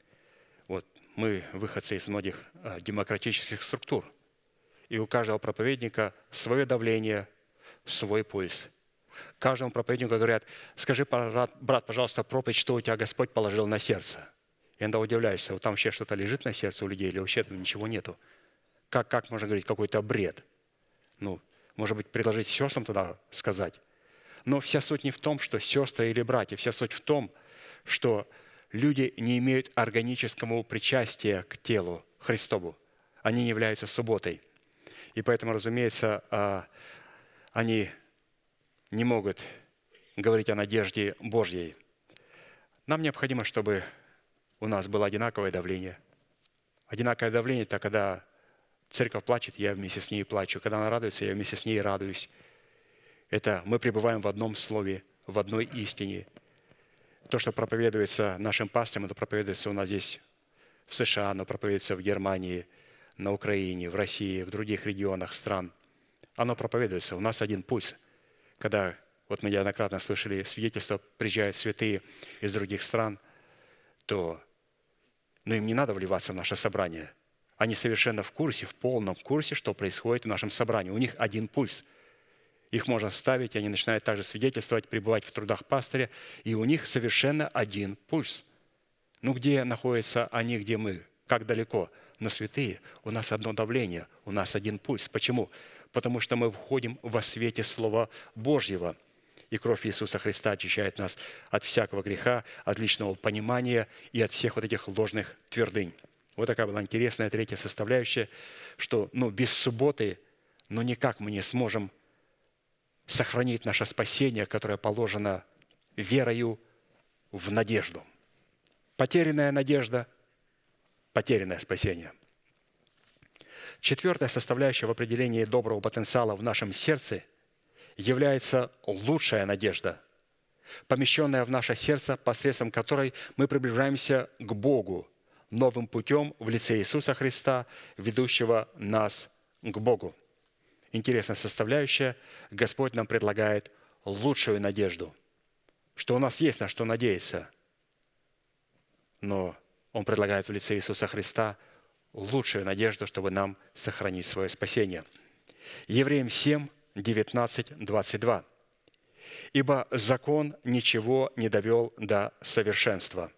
Мы выходцы из многих демократических структур. И у каждого проповедника свое давление, свой пульс. Каждому проповеднику говорят: скажи, брат, пожалуйста, проповедь, что у тебя Господь положил на сердце. И иногда удивляешься, там вообще что-то лежит на сердце у людей или вообще ничего нету. Как можно говорить какой-то бред? Может быть, предложить сестрам тогда сказать. Но вся суть не в том, что сестры или братья, вся суть в том, что люди не имеют органического причастия к телу Христову. Они не являются субботой. И поэтому, разумеется, они не могут говорить о надежде Божьей. Нам необходимо, чтобы у нас было одинаковое давление. Одинаковое давление – это когда церковь плачет, я вместе с ней плачу. Когда она радуется, я вместе с ней радуюсь. Это мы пребываем в одном слове, в одной истине. То, что проповедуется нашим пасторам, это проповедуется у нас здесь, в США, оно проповедуется в Германии, на Украине, в России, в других регионах стран. Оно проповедуется. У нас один пульс. Когда, мы неоднократно слышали свидетельства, приезжают святые из других стран, то им не надо вливаться в наше собрание. Они совершенно в курсе, в полном курсе, что происходит в нашем собрании. У них один пульс. Их можно ставить, и они начинают также свидетельствовать, пребывать в трудах пастыря, и у них совершенно один пульс. Ну, где находятся они, где мы? Как далеко? Но святые, у нас одно давление, у нас один пульс. Почему? Потому что мы входим во свете Слова Божьего. И кровь Иисуса Христа очищает нас от всякого греха, от личного понимания и от всех вот этих ложных твердынь. Вот такая была интересная третья составляющая, что без субботы, никак мы не сможем сохранить наше спасение, которое положено верою в надежду. Потерянная надежда, потерянное спасение. Четвертая составляющая в определении доброго потенциала в нашем сердце является лучшая надежда, помещенная в наше сердце, посредством которой мы приближаемся к Богу новым путем в лице Иисуса Христа, ведущего нас к Богу. Интересная составляющая. Господь нам предлагает лучшую надежду, что у нас есть на что надеяться, но Он предлагает в лице Иисуса Христа лучшую надежду, чтобы нам сохранить свое спасение. Евреям 7, 19, 22. «Ибо закон ничего не довел до совершенства».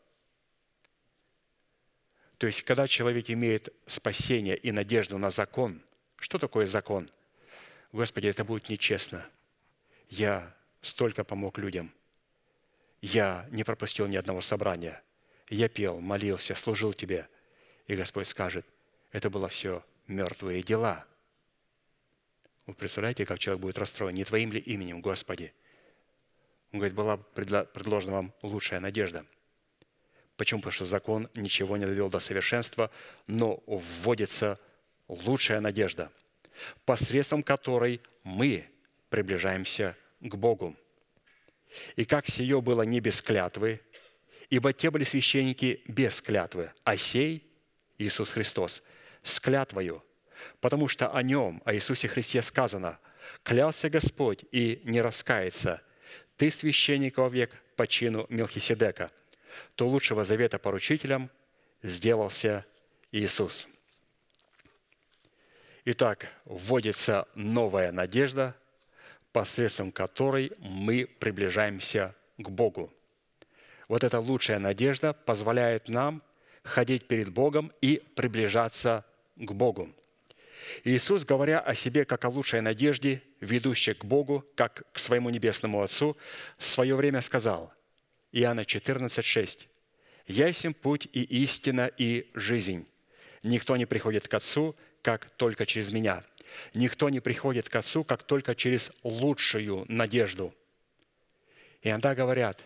То есть, когда человек имеет спасение и надежду на закон, что такое закон? Господи, это будет нечестно. Я столько помог людям. Я не пропустил ни одного собрания. Я пел, молился, служил Тебе. И Господь скажет, это было все мертвые дела. Вы представляете, как человек будет расстроен? Не Твоим ли именем, Господи? Он говорит, была предложена вам лучшая надежда. Почему? Потому что закон ничего не довел до совершенства, но вводится лучшая надежда, посредством которой мы приближаемся к Богу. И как сие было не без клятвы, ибо те были священники без клятвы, а сей, Иисус Христос, с клятвою, потому что о Нем, о Иисусе Христе сказано, «Клялся Господь и не раскается, ты священник вовек по чину Мелхиседека, то лучшего завета поручителем сделался Иисус». Итак, вводится новая надежда, посредством которой мы приближаемся к Богу. Вот эта лучшая надежда позволяет нам ходить перед Богом и приближаться к Богу. Иисус, говоря о себе как о лучшей надежде, ведущей к Богу, как к своему небесному Отцу, в свое время сказал, Иоанна 14:6, «Я есть путь и истина и жизнь. Никто не приходит к Отцу, как только через Меня. Никто не приходит к Отцу, как только через лучшую надежду». И иногда говорят,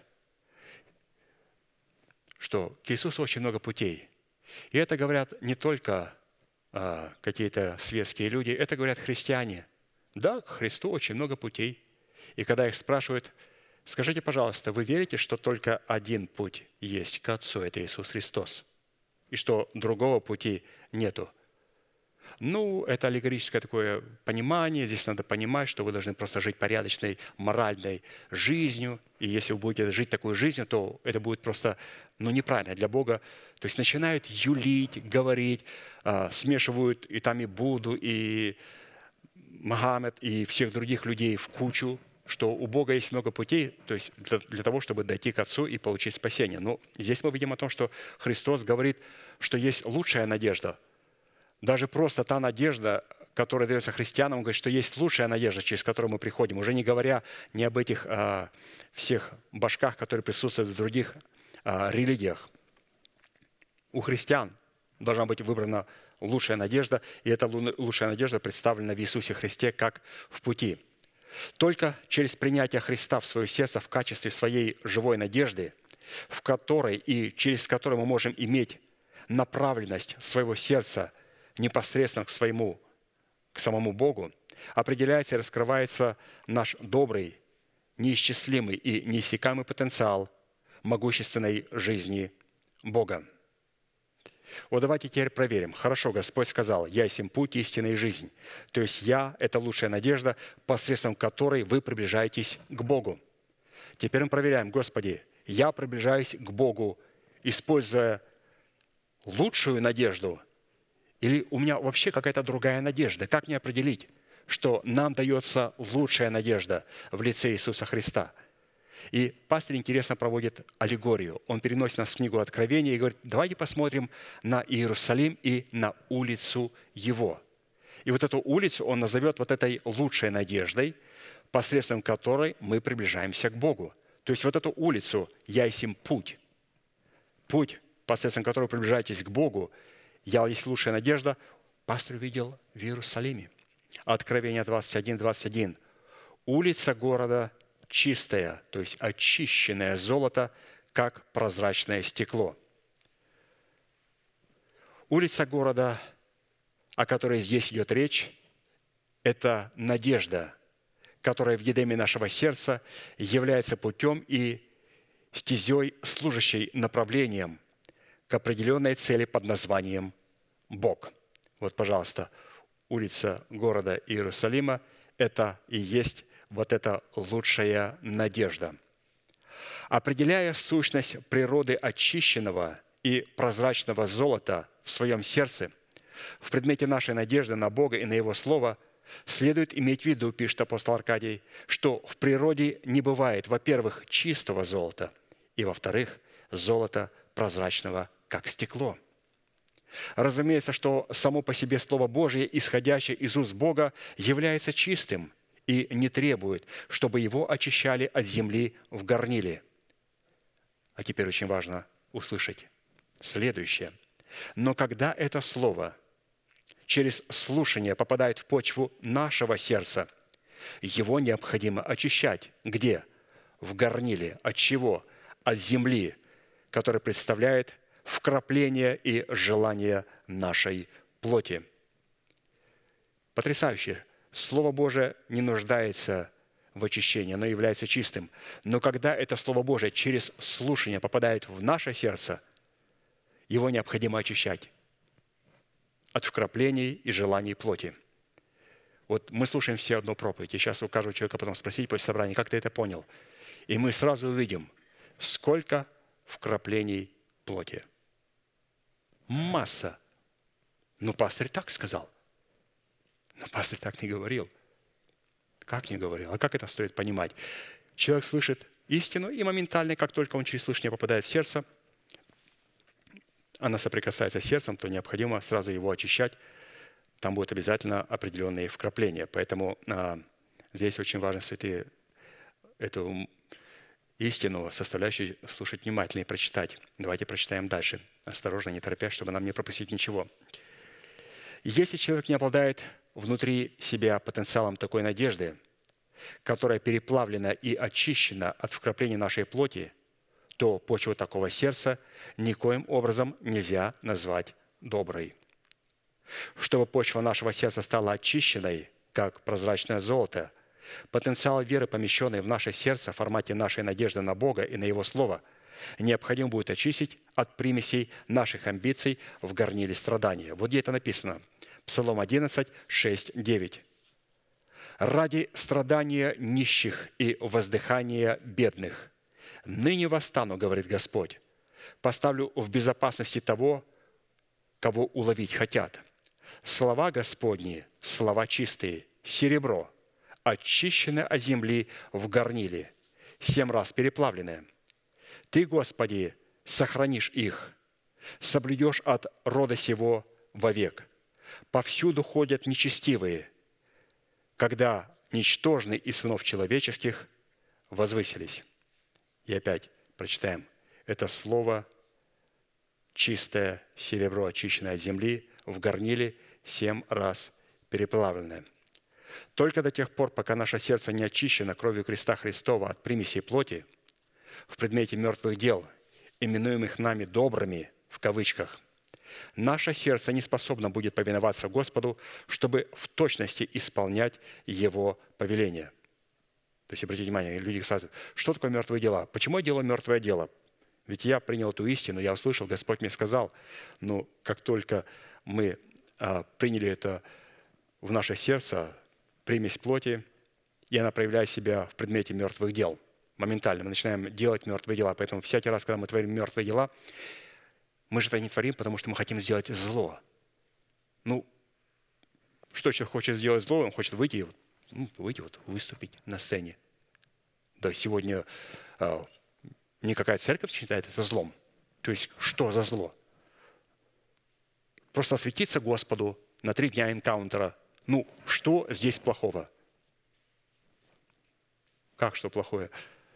что к Иисусу очень много путей. И это говорят не только какие-то светские люди, это говорят христиане. Да, к Христу очень много путей. И когда их спрашивают, скажите, пожалуйста, вы верите, что только один путь есть к Отцу, это Иисус Христос, и что другого пути нету? Это аллегорическое такое понимание. Здесь надо понимать, что вы должны просто жить порядочной, моральной жизнью. И если вы будете жить такой жизнью, то это будет просто неправильно для Бога. То есть начинают юлить, говорить, смешивают и там и Будду, и Магомед, и всех других людей в кучу, что у Бога есть много путей, то есть для того, чтобы дойти к Отцу и получить спасение. Но здесь мы видим о том, что Христос говорит, что есть лучшая надежда. Даже просто та надежда, которая дается христианам, он говорит, что есть лучшая надежда, через которую мы приходим, уже не говоря не об этих всех башках, которые присутствуют в других религиях. У христиан должна быть выбрана лучшая надежда, и эта лучшая надежда представлена в Иисусе Христе как в пути. Только через принятие Христа в свое сердце в качестве своей живой надежды, в которой и через которую мы можем иметь направленность своего сердца непосредственно к самому Богу, определяется и раскрывается наш добрый, неисчислимый и неиссякаемый потенциал могущественной жизни Бога. Вот давайте теперь проверим. Хорошо, Господь сказал, «Я есть путь, истина и жизнь». То есть «Я» – это лучшая надежда, посредством которой вы приближаетесь к Богу. Теперь мы проверяем, Господи, я приближаюсь к Богу, используя лучшую надежду, или у меня вообще какая-то другая надежда? Как мне определить? что нам дается лучшая надежда в лице Иисуса Христа. И пастырь интересно проводит аллегорию. Он переносит нас в книгу Откровения и говорит, давайте посмотрим на Иерусалим и на улицу его. И вот эту улицу он назовет вот этой лучшей надеждой, посредством которой мы приближаемся к Богу. То есть вот эту улицу «Я есть путь», посредством которого вы приближаетесь к Богу, «Я есть лучшая надежда», пастор увидел в Иерусалиме. Откровение 21:21. Улица города чистая, то есть очищенное золото, как прозрачное стекло. Улица города, о которой здесь идет речь, это надежда, которая в едеме нашего сердца является путем и стезей, служащей направлением к определенной цели под названием Бог. Вот, пожалуйста, улица города Иерусалима – это и есть вот эта лучшая надежда. Определяя сущность природы очищенного и прозрачного золота в своем сердце, в предмете нашей надежды на Бога и на Его Слово, следует иметь в виду, пишет апостол Аркадий, что в природе не бывает, во-первых, чистого золота, и, во-вторых, золота прозрачного, как стекло. Разумеется, что само по себе Слово Божие, исходящее из уст Бога, является чистым и не требует, чтобы его очищали от земли в горниле. А теперь очень важно услышать следующее. Но когда это Слово через слушание попадает в почву нашего сердца, его необходимо очищать. Где? В горниле. От чего? От земли, которая представляет вкрапление и желание нашей плоти. Потрясающе. Слово Божие не нуждается в очищении, оно является чистым. Но когда это Слово Божие через слушание попадает в наше сердце, его необходимо очищать от вкраплений и желаний плоти. Вот мы слушаем все одну проповедь, и сейчас у каждого человека потом спросить после собрания, как ты это понял? И мы сразу увидим, сколько вкраплений плоти. Масса. Ну, пастырь так сказал. Но пастырь так не говорил. Как не говорил? А как это стоит понимать? Человек слышит истину, и моментально, как только он через слышание попадает в сердце, она соприкасается с сердцем, то необходимо сразу его очищать. Там будут обязательно определенные вкрапления. Поэтому здесь очень важно, святые, эту истину, составляющую, слушать внимательно и прочитать. Давайте прочитаем дальше. Осторожно, не торопясь, чтобы нам не пропустить ничего. Если человек не обладает внутри себя потенциалом такой надежды, которая переплавлена и очищена от вкраплений нашей плоти, то почву такого сердца никоим образом нельзя назвать доброй. Чтобы почва нашего сердца стала очищенной, как прозрачное золото, потенциал веры, помещенный в наше сердце в формате нашей надежды на Бога и на Его Слово, необходимо будет очистить от примесей наших амбиций в горниле страдания. Вот где это написано. Псалом 11, 6, 9. «Ради страдания нищих и воздыхания бедных ныне восстану, говорит Господь, поставлю в безопасности того, кого уловить хотят. Слова Господни, слова чистые, серебро, очищенное от земли в горниле, 7 раз переплавленное. Ты, Господи, сохранишь их, соблюдешь от рода сего вовек. Повсюду ходят нечестивые, когда ничтожны из сынов человеческих возвысились». И опять прочитаем. Это слово чистое серебро, очищенное от земли, в горниле 7 раз переплавленное. Только до тех пор, пока наше сердце не очищено кровью креста Христова от примесей плоти, в предмете мертвых дел, именуемых нами добрыми, в кавычках, наше сердце не способно будет повиноваться Господу, чтобы в точности исполнять Его повеления. То есть, обратите внимание, люди спрашивают, что такое мертвые дела? Почему я делаю мертвое дело? Ведь я принял эту истину, я услышал, Господь мне сказал. Но как только мы приняли это в наше сердце, примесь плоти, и она проявляет себя в предмете мертвых дел. Моментально мы начинаем делать мертвые дела. Поэтому всякий раз, когда мы творим мертвые дела, мы же это не творим, потому что мы хотим сделать зло. Ну, Что человек хочет сделать зло, он хочет выйти, выступить на сцене. Да, сегодня никакая церковь не считает это злом. То есть, что за зло? Просто осветиться Господу на 3 дня энкаунтера. Ну, что здесь плохого? Как что плохое?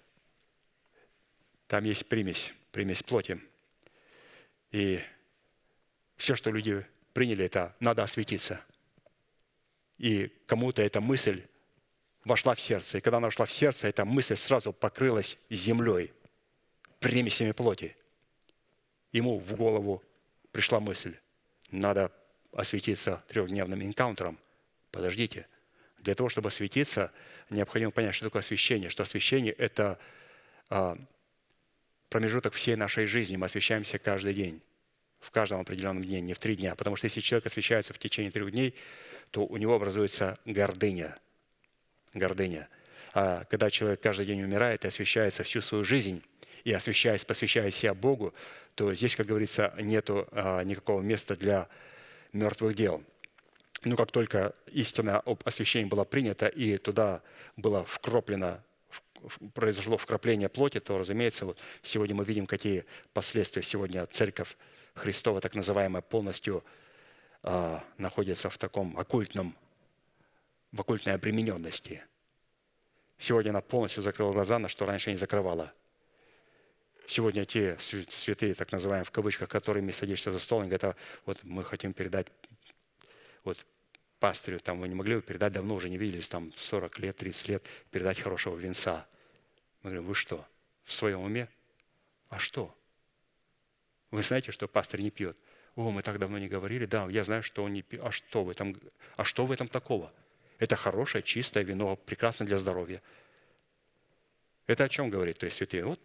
Там есть примесь плоти. И все, что люди приняли, это надо осветиться. И кому-то эта мысль вошла в сердце. И когда она вошла в сердце, эта мысль сразу покрылась землей, примесями плоти. Ему в голову пришла мысль: надо осветиться 3-дневным энкаунтером. Подождите. Для того, чтобы осветиться, необходимо понять, что такое освящение. Что освящение – это промежуток всей нашей жизни. Мы освящаемся каждый день, в каждом определенном дне, не в 3 дня. Потому что если человек освящается в течение 3 дней, то у него образуется гордыня. Гордыня. А когда человек каждый день умирает и освящается всю свою жизнь, и посвящая себя Богу, то здесь, как говорится, нету никакого места для мертвых дел. Но как только истина об освящении была принята, и туда было произошло вкрапление плоти, то, разумеется, вот сегодня мы видим, какие последствия. Сегодня Церковь Христова, так называемая, полностью находится в таком оккультной обремененности. Сегодня она полностью закрыла глаза, на что раньше не закрывала. Сегодня те святые, так называемые в кавычках, которыми садишься за стол, они говорят: вот мы хотим передать вот пастырю, там вы не могли бы передать, давно уже не виделись, там 40 лет, 30 лет, передать хорошего венца. Мы говорим: вы что, в своем уме? А что? Вы знаете, что пастырь не пьет? О, мы так давно не говорили. Да, я знаю, что он не пьет. А что в этом такого? Это хорошее, чистое вино, прекрасно для здоровья. Это о чем говорит? То есть святые, вот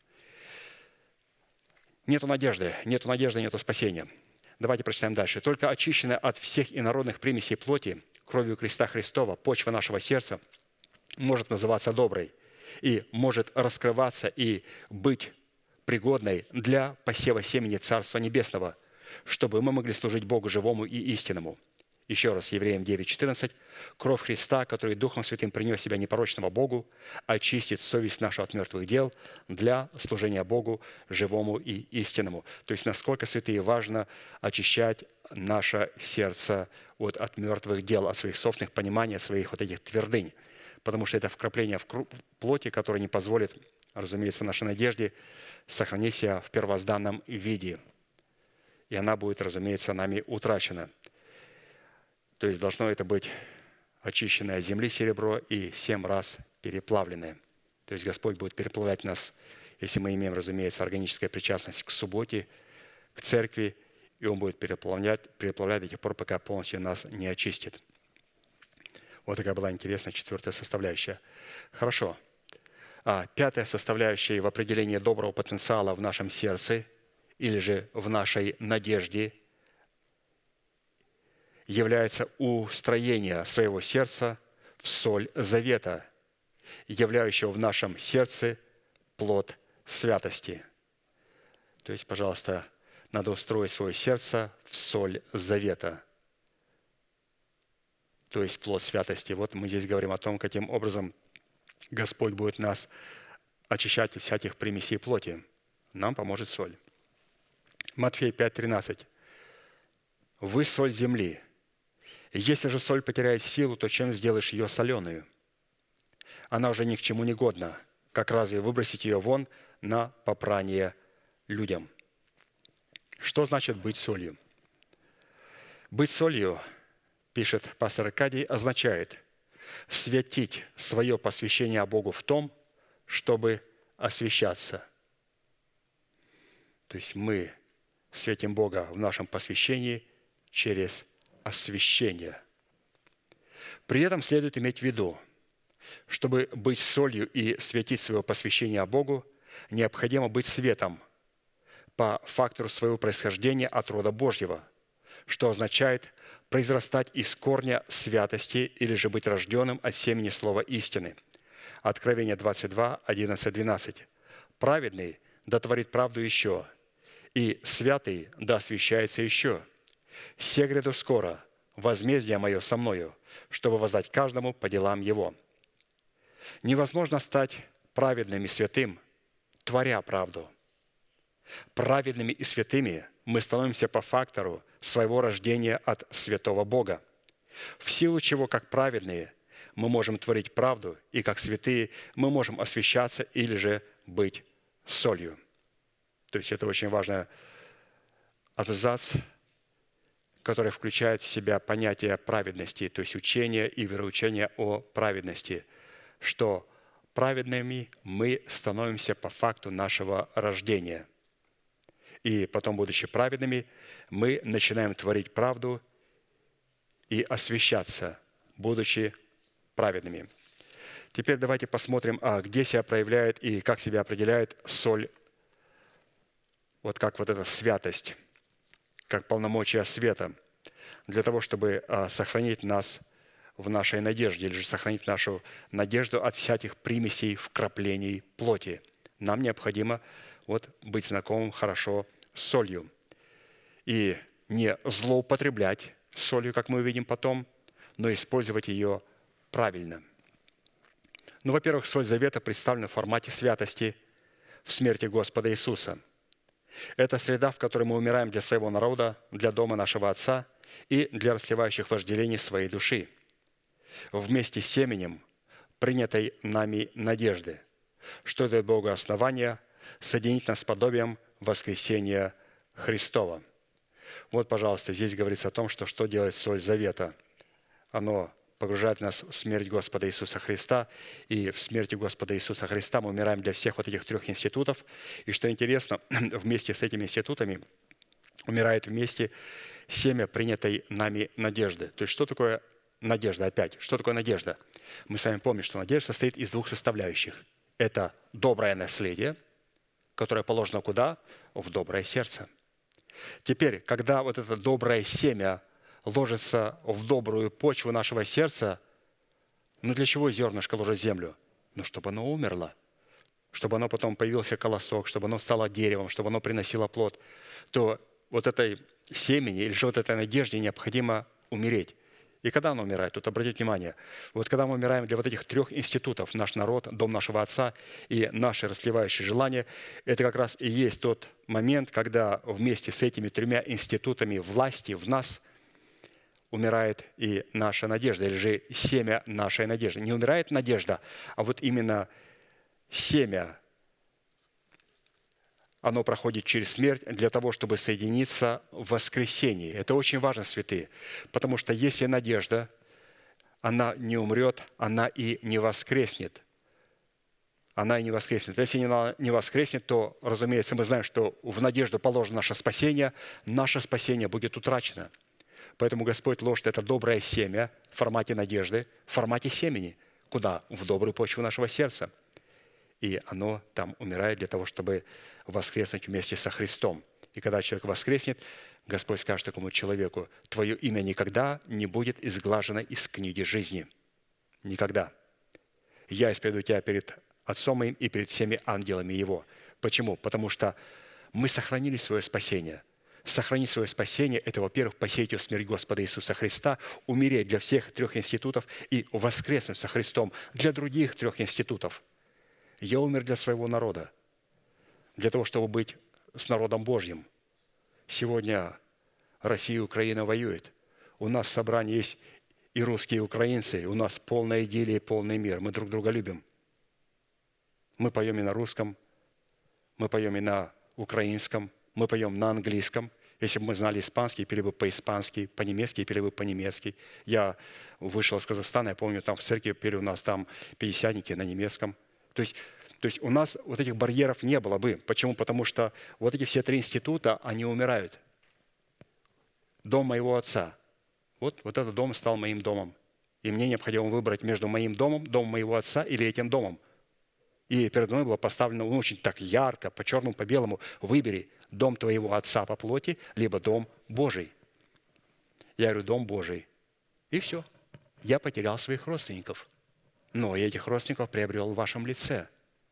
нету надежды, нету спасения. Давайте прочитаем дальше. «Только очищенная от всех инородных примесей плоти кровью креста Христова почва нашего сердца может называться доброй и может раскрываться и быть пригодной для посева семени Царства Небесного, чтобы мы могли служить Богу живому и истинному». Еще раз, Евреям 9:14. «Кровь Христа, который Духом Святым принес себя непорочного Богу, очистит совесть нашу от мертвых дел для служения Богу живому и истинному». То есть, насколько, святые, важно очищать наше сердце от мертвых дел, от своих собственных пониманий, от своих вот этих твердынь. Потому что это вкрапление в плоти, которое не позволит, разумеется, нашей надежде сохранить себя в первозданном виде. И она будет, разумеется, нами утрачена. То есть должно это быть очищенное от земли серебро и 7 раз переплавленное. То есть Господь будет переплавлять нас, если мы имеем, разумеется, органическую причастность к субботе, к церкви, и Он будет переплавлять до тех пор, пока полностью нас не очистит. Вот такая была интересная 4-я составляющая. Хорошо. 5-я составляющая в определении доброго потенциала в нашем сердце или же в нашей надежде является устроение своего сердца в соль завета, являющего в нашем сердце плод святости. То есть, пожалуйста, надо устроить свое сердце в соль завета, то есть плод святости. Вот мы здесь говорим о том, каким образом Господь будет нас очищать от всяких примесей плоти. Нам поможет соль. Матфея 5:13. «Вы соль земли. Если же соль потеряет силу, то чем сделаешь ее соленую? Она уже ни к чему не годна. Как разве выбросить ее вон на попрание людям?» Что значит быть солью? Быть солью, пишет пастор Аркадий, означает светить свое посвящение Богу в том, чтобы освящаться. То есть мы светим Бога в нашем посвящении через освящение. При этом следует иметь в виду, чтобы быть солью и светить свое посвящение Богу, необходимо быть светом по фактору своего происхождения от рода Божьего, что означает произрастать из корня святости или же быть рожденным от семени слова истины. Откровение 22, 11, 12. «Праведный да творит правду еще, и святый да освящается еще. Се гряду скоро, возмездие мое со мною, чтобы воздать каждому по делам его. Невозможно стать праведным и святым, творя правду. Праведными и святыми мы становимся по фактору своего рождения от святого Бога, в силу чего, как праведные, мы можем творить правду, и как святые мы можем освящаться или же быть солью. То есть это очень важный абзац, который включает в себя понятие праведности, то есть учение и вероучение о праведности, что праведными мы становимся по факту нашего рождения. И потом, будучи праведными, мы начинаем творить правду и освящаться, будучи праведными. Теперь давайте посмотрим, где себя проявляет и как себя определяет соль, вот как вот эта святость, как полномочия света, для того, чтобы сохранить нас в нашей надежде, или же сохранить нашу надежду от всяких примесей, вкраплений плоти. Нам необходимо вот быть знакомым хорошо с солью. И не злоупотреблять солью, как мы увидим потом, но использовать ее правильно. Ну, во-первых, соль завета представлена в формате святости в смерти Господа Иисуса. Это среда, в которой мы умираем для своего народа, для дома нашего Отца и для расливающих вожделений своей души, вместе с семенем, принятой нами надежды, что дает Богу основание соединить нас с подобием воскресения Христова. Вот, пожалуйста, здесь говорится о том, что делает соль завета. Оно погружает нас в смерть Господа Иисуса Христа, и в смерти Господа Иисуса Христа мы умираем для всех вот этих трех институтов. И что интересно, вместе с этими институтами умирает вместе семя принятой нами надежды. То есть что такое надежда опять? Что такое надежда? Мы с вами помним, что надежда состоит из двух составляющих. Это доброе наследие, которое положено куда? В доброе сердце. Теперь, когда вот это доброе семя ложится в добрую почву нашего сердца, для чего зернышко ложит в землю? Чтобы оно умерло, чтобы оно потом появился колосок, чтобы оно стало деревом, чтобы оно приносило плод, то вот этой семени или же вот этой надежде необходимо умереть. И когда оно умирает? Тут обратите внимание, вот когда мы умираем для вот этих трех институтов, наш народ, дом нашего Отца и наши расливающие желания, это как раз и есть тот момент, когда вместе с этими тремя институтами власти в нас умирает и наша надежда, или же семя нашей надежды. Не умирает надежда, а вот именно семя, оно проходит через смерть для того, чтобы соединиться в воскресении. Это очень важно, святые, потому что если надежда, она не умрет, она и не воскреснет. Она и не воскреснет. Если она не воскреснет, то, разумеется, мы знаем, что в надежду положено наше спасение будет утрачено. Поэтому Господь ложит это доброе семя в формате надежды, в формате семени. Куда? В добрую почву нашего сердца. И оно там умирает для того, чтобы воскреснуть вместе со Христом. И когда человек воскреснет, Господь скажет такому человеку: твое имя никогда не будет изглажено из книги жизни. Никогда. Я исповедую тебя перед Отцом моим и перед всеми ангелами Его. Почему? Потому что мы сохранили свое спасение. Сохранить свое спасение – это, во-первых, посеять в смерть Господа Иисуса Христа, умереть для всех трех институтов и воскреснуть со Христом для других трех институтов. Я умер для своего народа, для того, чтобы быть с народом Божьим. Сегодня Россия и Украина воюют. У нас в собрании есть и русские, и украинцы, и у нас полная идиллия, полный мир. Мы друг друга любим. Мы поем и на русском, мы поем и на украинском, мы поем на английском. Если бы мы знали испанский, пели бы по-испански, по-немецки, пели бы по-немецки. Я вышел из Казахстана, я помню, там в церкви пели у нас там пятидесятники на немецком. То есть у нас вот этих барьеров не было бы. Почему? Потому что вот эти все три института, они умирают. Дом моего отца. Вот этот дом стал моим домом. И мне необходимо выбрать между моим домом, домом моего отца или этим домом. И передо мной было поставлено очень так ярко, по черному, по белому: выбери дом твоего отца по плоти, либо дом Божий. Я говорю: дом Божий. И все. Я потерял своих родственников. Но я этих родственников приобрел в вашем лице.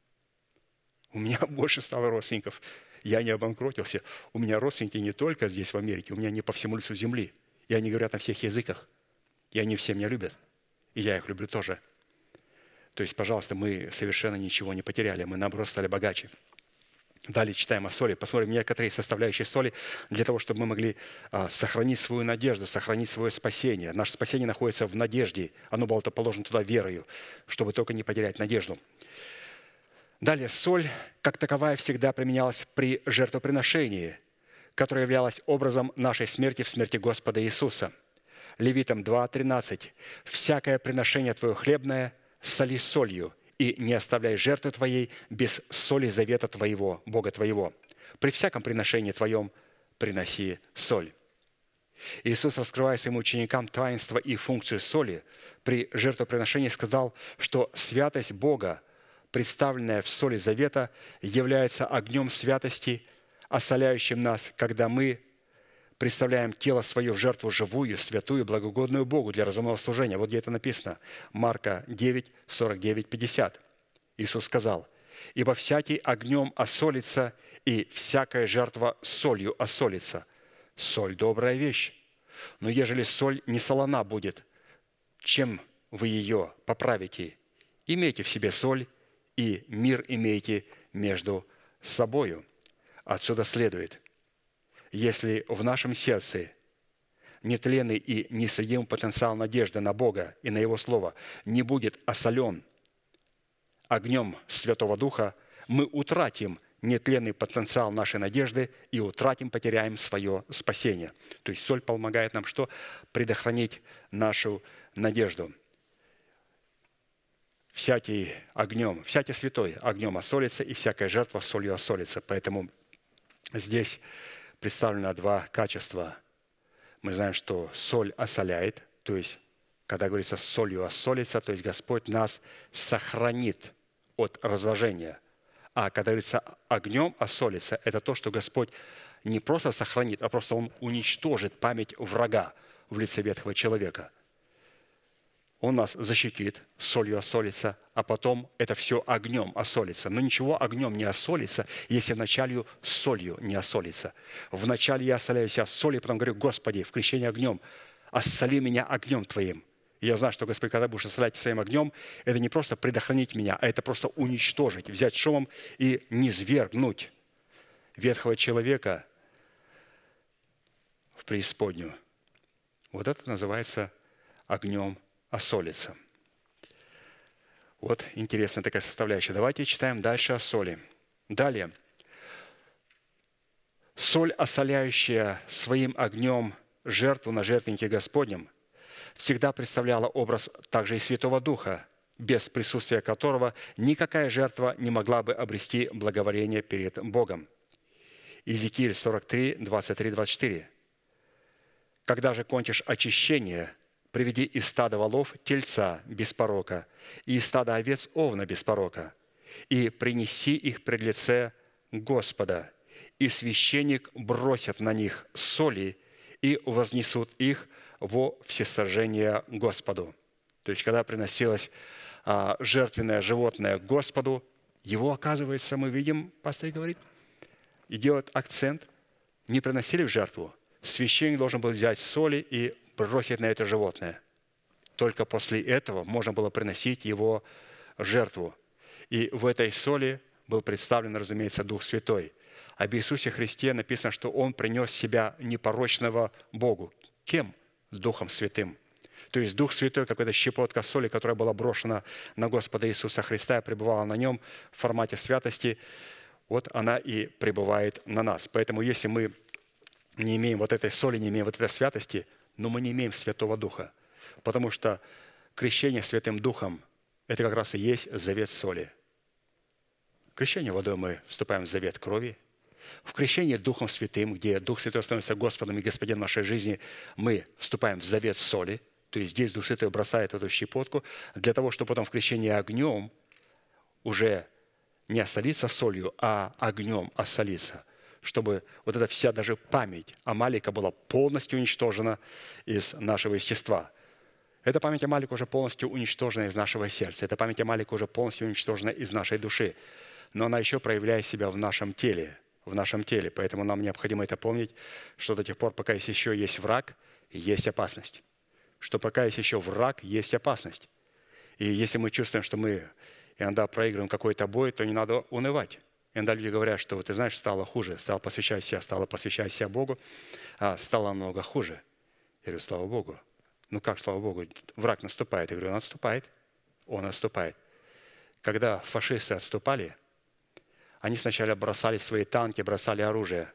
У меня больше стало родственников. Я не обанкротился. У меня родственники не только здесь, в Америке, у меня они по всему лицу земли. И они говорят на всех языках. И они все меня любят. И я их люблю тоже. То есть, пожалуйста, мы совершенно ничего не потеряли. Мы, наоборот, стали богаче. Далее читаем о соли. Посмотрим некоторые составляющие соли для того, чтобы мы могли сохранить свою надежду, сохранить свое спасение. Наше спасение находится в надежде. Оно было положено туда верою, чтобы только не потерять надежду. Далее, соль, как таковая, всегда применялась при жертвоприношении, которое являлось образом нашей смерти в смерти Господа Иисуса. Левитам 2:13. «Всякое приношение твое хлебное соли солью, и не оставляй жертвы твоей без соли завета твоего, Бога твоего. При всяком приношении твоем приноси соль». Иисус, раскрывая своим ученикам таинство и функцию соли, при жертвоприношении сказал, что святость Бога, представленная в соли завета, является огнем святости, осоляющим нас, когда мы представляем тело свое в жертву живую, святую, благогодную Богу для разумного служения. Вот где это написано. Марка 9, 49, 50. Иисус сказал: «Ибо всякий огнем осолится, и всякая жертва солью осолится. Соль – добрая вещь. Но ежели соль не солона будет, чем вы ее поправите? Имейте в себе соль, и мир имейте между собою». Отсюда следует, если в нашем сердце нетленный и неисследимый потенциал надежды на Бога и на Его Слово не будет осолен огнем Святого Духа, мы утратим нетленный потенциал нашей надежды и потеряем свое спасение. То есть соль помогает нам что? Предохранить нашу надежду. Всякий святой огнем осолится, и всякая жертва солью осолится. Поэтому здесь представлено два качества. Мы знаем, что соль осоляет, то есть, когда говорится солью осолится, то есть Господь нас сохранит от разложения. А когда говорится огнем осолится, это то, что Господь не просто сохранит, а просто Он уничтожит память врага в лице ветхого человека. Он нас защитит, солью осолится, а потом это все огнем осолится. Но ничего огнем не осолится, если вначале солью не осолится. Вначале я осоляю себя солью, потом говорю: Господи, в крещении огнем, осоли меня огнем Твоим. И я знаю, что, Господь, когда будешь осолять своим огнем, это не просто предохранить меня, а это просто уничтожить, взять шумом и низвергнуть ветхого человека в преисподнюю. Вот это называется огнем осолится. Вот интересная такая составляющая. Давайте читаем дальше о соли. Далее. Соль, осоляющая своим огнем жертву на жертвеннике Господнем, всегда представляла образ также и Святого Духа, без присутствия которого никакая жертва не могла бы обрести благоволение перед Богом. Иезекииль 43, 23, 24. «Когда же кончишь очищение, приведи из стада волов тельца без порока, и из стада овец овна без порока, и принеси их пред лице Господа, и священник бросит на них соли, и вознесут их во всесожжение Господу». То есть, когда приносилось жертвенное животное к Господу, его, оказывается, мы видим, пастор говорит, и делает акцент, не приносили в жертву. Священник должен был взять соли и бросить на это животное. Только после этого можно было приносить его в жертву. И в этой соли был представлен, разумеется, Дух Святой. Об Иисусе Христе написано, что Он принес себя непорочного Богу. Кем? Духом Святым. То есть Дух Святой, какая-то щепотка соли, которая была брошена на Господа Иисуса Христа и пребывала на Нем в формате святости, вот она и пребывает на нас. Поэтому если мы не имеем вот этой соли, не имеем вот этой святости, но мы не имеем Святого Духа. Потому что крещение Святым Духом – это как раз и есть завет соли. В крещении водой мы вступаем в завет крови. В крещении Духом Святым, где Дух Святой становится Господом и Господином нашей жизни, мы вступаем в завет соли. То есть здесь Дух Святой бросает эту щепотку для того, чтобы потом в крещении огнем уже не осолиться солью, а огнем осолиться, чтобы вот эта вся даже память Амалика была полностью уничтожена из нашего естества. Эта память Амалика уже полностью уничтожена из нашего сердца. Эта память Амалика уже полностью уничтожена из нашей души. Но она еще проявляет себя в нашем теле. в нашем теле. Поэтому нам необходимо это помнить, что до тех пор, пока еще есть враг, есть опасность. Что пока есть еще враг, есть опасность. И если мы чувствуем, что мы иногда проигрываем какой-то бой, то не надо унывать. Иногда люди говорят, что вот ты знаешь, стало хуже, стало посвящать себя Богу, а стало намного хуже. Я говорю, слава Богу. Ну как, слава Богу? Враг наступает. Я говорю, он отступает. Он отступает. Когда фашисты отступали, они сначала бросали свои танки, бросали оружие.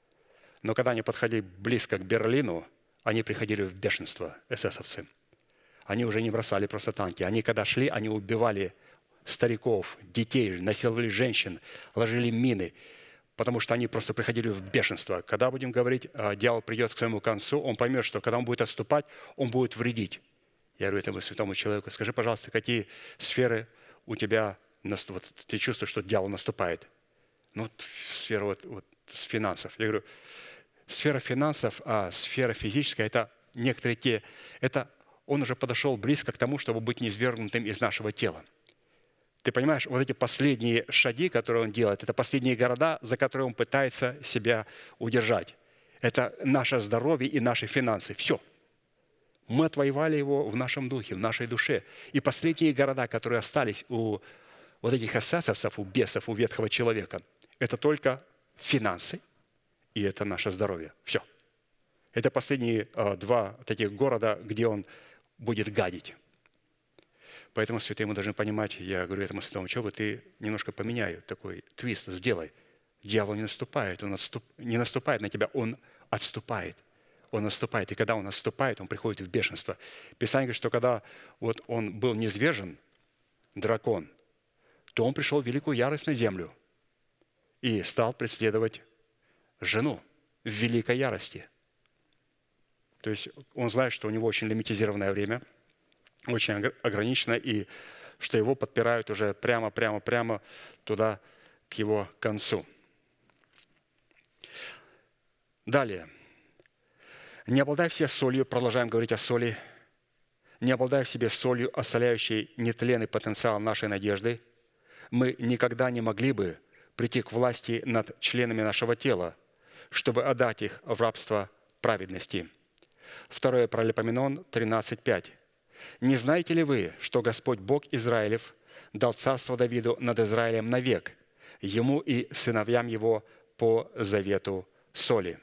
Но когда они подходили близко к Берлину, они приходили в бешенство, эсэсовцы. Они уже не бросали просто танки. Они, когда шли, они убивали стариков, детей, насиловали женщин, ложили мины, потому что они просто приходили в бешенство. Когда будем говорить, дьявол придет к своему концу, он поймет, что когда он будет отступать, он будет вредить. Я говорю этому святому человеку, скажи, пожалуйста, какие сферы у тебя, вот, ты чувствуешь, что дьявол наступает? Ну, сфера вот с финансов. Я говорю, сфера финансов, а сфера физическая, это некоторые это он уже подошел близко к тому, чтобы быть низвергнутым из нашего тела. Ты понимаешь, вот эти последние шаги, которые он делает, это последние города, за которые он пытается себя удержать. Это наше здоровье и наши финансы. Все. Мы отвоевали его в нашем духе, в нашей душе. И последние города, которые остались у вот этих эсэсовцев, у бесов, у ветхого человека, это только финансы и это наше здоровье. Все. Это последние два таких города, где он будет гадить. Поэтому, святые, мы должны понимать, я говорю этому святому человеку, ты немножко поменяй такой твист, сделай. Дьявол не наступает, он не наступает на тебя, он отступает. Он отступает. И когда он отступает, он приходит в бешенство. Писание говорит, что когда вот он был низвержен, дракон, то он пришел в великую ярость на землю и стал преследовать жену в великой ярости. То есть он знает, что у него очень лимитизированное время, очень ограничено, и что его подпирают уже прямо туда, к его концу. Далее. Не обладая все солью, продолжаем говорить о соли, не обладая в себе солью, осоляющей нетленный потенциал нашей надежды, мы никогда не могли бы прийти к власти над членами нашего тела, чтобы отдать их в рабство праведности. 2 Паралипоменон 13:5. «Не знаете ли вы, что Господь Бог Израилев дал царство Давиду над Израилем навек, ему и сыновьям его по завету соли?»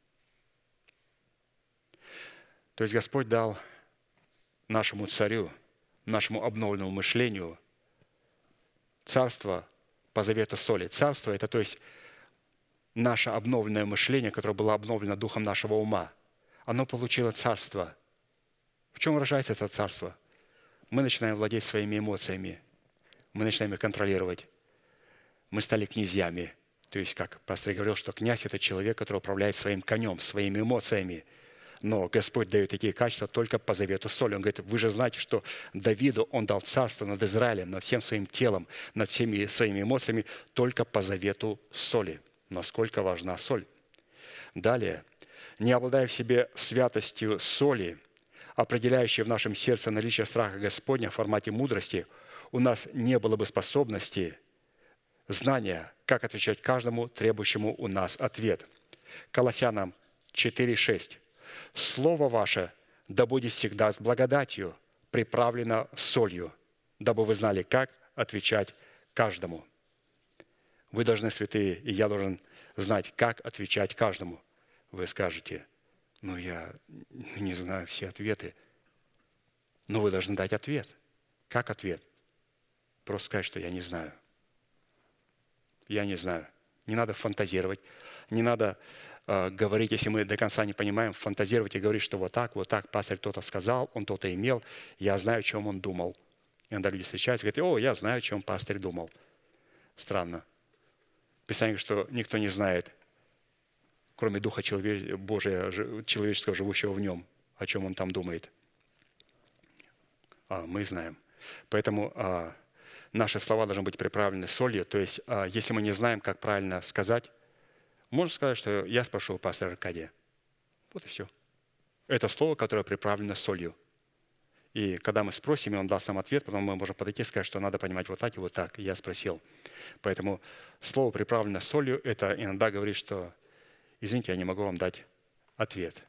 То есть Господь дал нашему царю, нашему обновленному мышлению царство по завету соли. Царство – это, то есть, наше обновленное мышление, которое было обновлено духом нашего ума. Оно получило царство. В чем выражается это царство? Мы начинаем владеть своими эмоциями. Мы начинаем их контролировать. Мы стали князьями. То есть, как пастор говорил, что князь – это человек, который управляет своим конем, своими эмоциями. Но Господь дает такие качества только по завету соли. Он говорит, вы же знаете, что Давиду Он дал царство над Израилем, над всем своим телом, над всеми своими эмоциями только по завету соли. Насколько важна соль. Далее. Не обладая в себе святостью соли, определяющей в нашем сердце наличие страха Господня в формате мудрости, у нас не было бы способности, знания, как отвечать каждому требующему у нас ответ. Колоссянам 4:6. «Слово ваше да будет всегда с благодатью, приправлено солью, дабы вы знали, как отвечать каждому». Вы должны, святые, и я должен знать, как отвечать каждому. Вы скажете, я не знаю все ответы. Но вы должны дать ответ. Как ответ? Просто сказать, что я не знаю. Я не знаю. Не надо фантазировать. Не надо говорить, если мы до конца не понимаем, фантазировать и говорить, что вот так, пастор кто-то сказал, он то-то имел, я знаю, о чем он думал. И иногда люди встречаются и говорят, я знаю, о чем пастор думал. Странно. Писание говорит, что никто не знает, кроме Духа Божия, человеческого, живущего в нем, о чем он там думает. Мы знаем. Поэтому наши слова должны быть приправлены солью. То есть, если мы не знаем, как правильно сказать, можно сказать, что я спрошу у пастора Аркадия. Вот и все. Это слово, которое приправлено солью. И когда мы спросим, и он даст нам ответ, потом мы можем подойти и сказать, что надо понимать вот так и вот так. И я спросил. Поэтому слово «приправлено солью» — это иногда говорит, что «извините, я не могу вам дать ответ».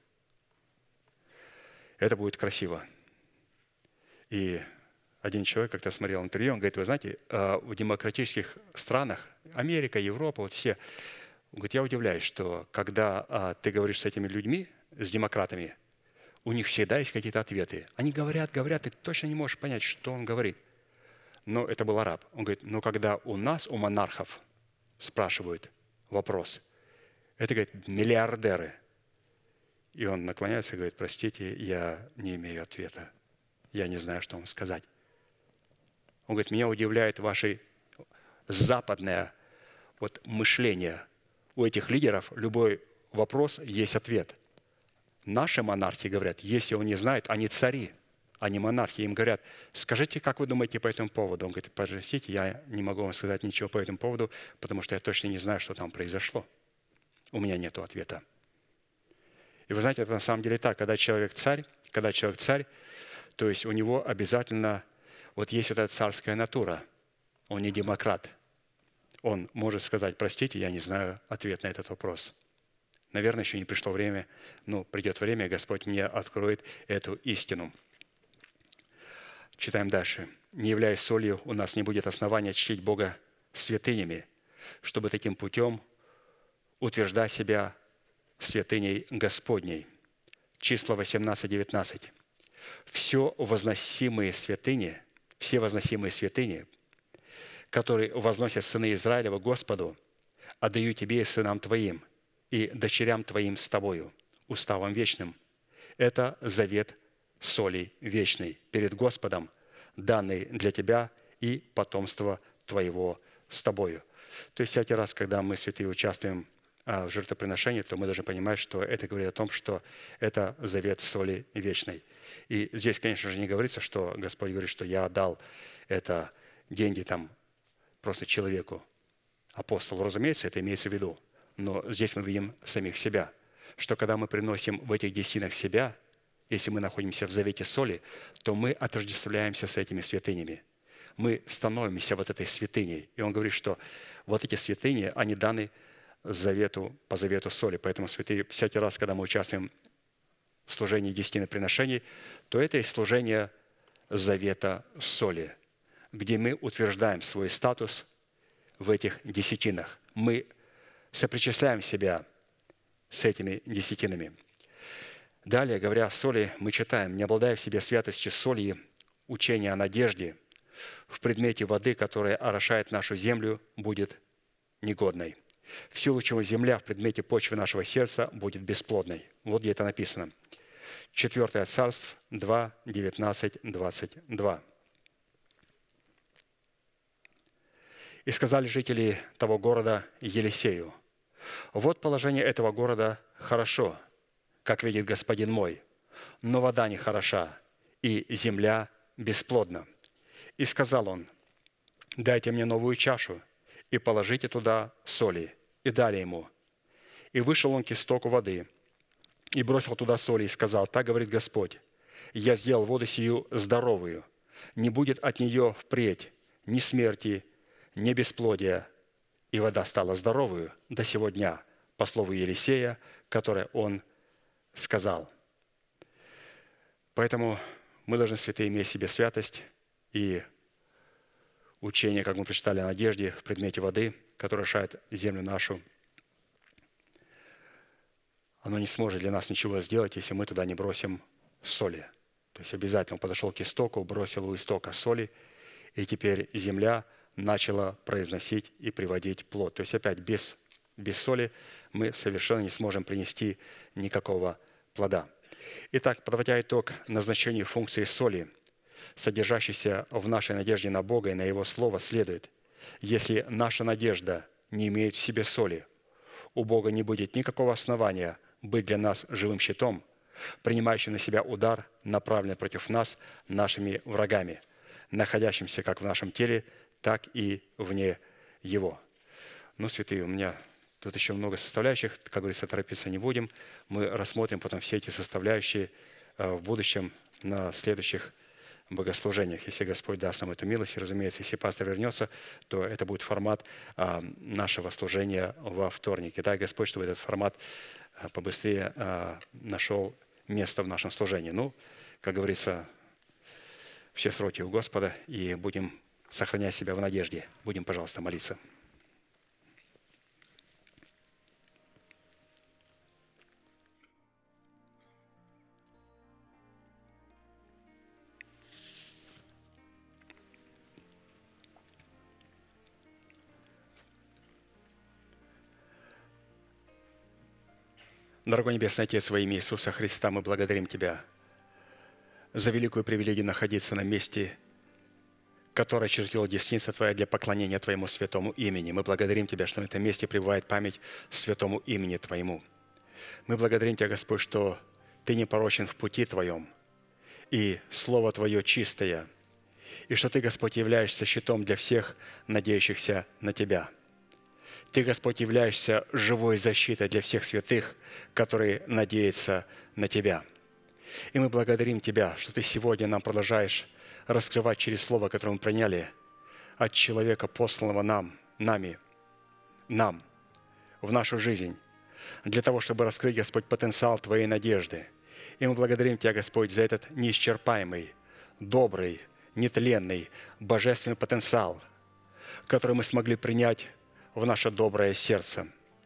Это будет красиво. И один человек как-то смотрел интервью, он говорит, вы знаете, в демократических странах, Америка, Европа, вот все, он говорит, я удивляюсь, что когда ты говоришь с этими людьми, с демократами, у них всегда есть какие-то ответы. Они говорят, ты точно не можешь понять, что он говорит. Но это был араб. Он говорит, но когда у нас, у монархов, спрашивают вопрос, это, говорит, миллиардеры. И он наклоняется и говорит, простите, я не имею ответа. Я не знаю, что вам сказать. Он говорит, меня удивляет ваше западное мышление. У этих лидеров любой вопрос есть ответ. Наши монархи говорят, если он не знает, они цари, они монархи. Им говорят, скажите, как вы думаете по этому поводу? Он говорит, простите, я не могу вам сказать ничего по этому поводу, потому что я точно не знаю, что там произошло. У меня нет ответа. И вы знаете, это на самом деле так. Когда человек царь, то есть у него обязательно есть эта царская натура. Он не демократ. Он может сказать, простите, я не знаю ответ на этот вопрос. Наверное, еще не пришло время, но придет время, и Господь мне откроет эту истину. Читаем дальше. «Не являясь солью, у нас не будет основания чтить Бога святынями, чтобы таким путем утверждать себя святыней Господней». Числа 18-19. Все возносимые святыни, которые возносят сыны Израилева Господу, отдаю тебе и сынам твоим, и дочерям твоим с тобою, уставом вечным. Это завет соли вечной перед Господом, данный для тебя и потомства твоего с тобою. То есть всякий раз, когда мы, святые, участвуем в жертвоприношении, то мы должны понимать, что это говорит о том, что это завет соли вечной. И здесь, конечно же, не говорится, что Господь говорит, что я отдал это деньги просто человеку, апостолу. Разумеется, это имеется в виду. Но здесь мы видим самих себя, что когда мы приносим в этих десятинах себя, если мы находимся в завете соли, то мы отождествляемся с этими святынями. Мы становимся этой святыней. И он говорит, что эти святыни, они даны по завету соли. Поэтому, святые, всякий раз, когда мы участвуем в служении десятиноприношений, то это и служение завета соли, где мы утверждаем свой статус в этих десятинах. Мы сопричисляем себя с этими десятинами. Далее, говоря о соли, мы читаем, не обладая в себе святостью соли, учение о надежде, в предмете воды, которая орошает нашу землю, будет негодной. В силу чего земля в предмете почвы нашего сердца будет бесплодной. Вот где это написано. 4 Царств 2, 19, 22. «И сказали жители того города Елисею, вот положение этого города хорошо, как видит господин мой, но вода не хороша, и земля бесплодна. И сказал он, дайте мне новую чашу, и положите туда соли. И дали ему. И вышел он к истоку воды, и бросил туда соли, и сказал, так говорит Господь, я сделал воду сию здоровую, не будет от нее впредь ни смерти, ни бесплодия. И вода стала здоровую до сего дня, по слову Елисея, которое он сказал». Поэтому мы должны, святые, иметь в себе святость и учение, как мы прочитали, о надежде в предмете воды, которая орошает землю нашу. Оно не сможет для нас ничего сделать, если мы туда не бросим соли. То есть обязательно он подошел к истоку, бросил у истока соли, и теперь земля начала произносить и приводить плод. То есть опять без соли мы совершенно не сможем принести никакого плода. Итак, подводя итог назначению функции соли, содержащейся в нашей надежде на Бога и на Его Слово, следует: если наша надежда не имеет в себе соли, у Бога не будет никакого основания быть для нас живым щитом, принимающим на себя удар, направленный против нас нашими врагами, находящимся как в нашем теле, так и вне его. Ну, святые, у меня тут еще много составляющих, как говорится, торопиться не будем. Мы рассмотрим потом все эти составляющие в будущем на следующих богослужениях, если Господь даст нам эту милость. И, разумеется, если пастор вернется, то это будет формат нашего служения во вторник. И дай Господь, чтобы этот формат побыстрее нашел место в нашем служении. Ну, как говорится, все сроки у Господа, и будем сохранять себя в надежде. Будем, пожалуйста, молиться. Дорогой Небесный Отец, во имя Иисуса Христа, мы благодарим Тебя за великую привилегию находиться на месте, которое чертила десница Твоя для поклонения Твоему святому имени. Мы благодарим Тебя, что на этом месте пребывает память святому имени Твоему. Мы благодарим Тебя, Господь, что Ты непорочен в пути Твоем, и Слово Твое чистое, и что Ты, Господь, являешься щитом для всех, надеющихся на Тебя. Ты, Господь, являешься живой защитой для всех святых, которые надеются на Тебя. И мы благодарим Тебя, что Ты сегодня нам продолжаешь раскрывать через Слово, которое мы приняли от человека, посланного нам, в нашу жизнь, для того, чтобы раскрыть, Господь, потенциал Твоей надежды. И мы благодарим Тебя, Господь, за этот неисчерпаемый, добрый, нетленный, божественный потенциал, который мы смогли принять в наше доброе сердце.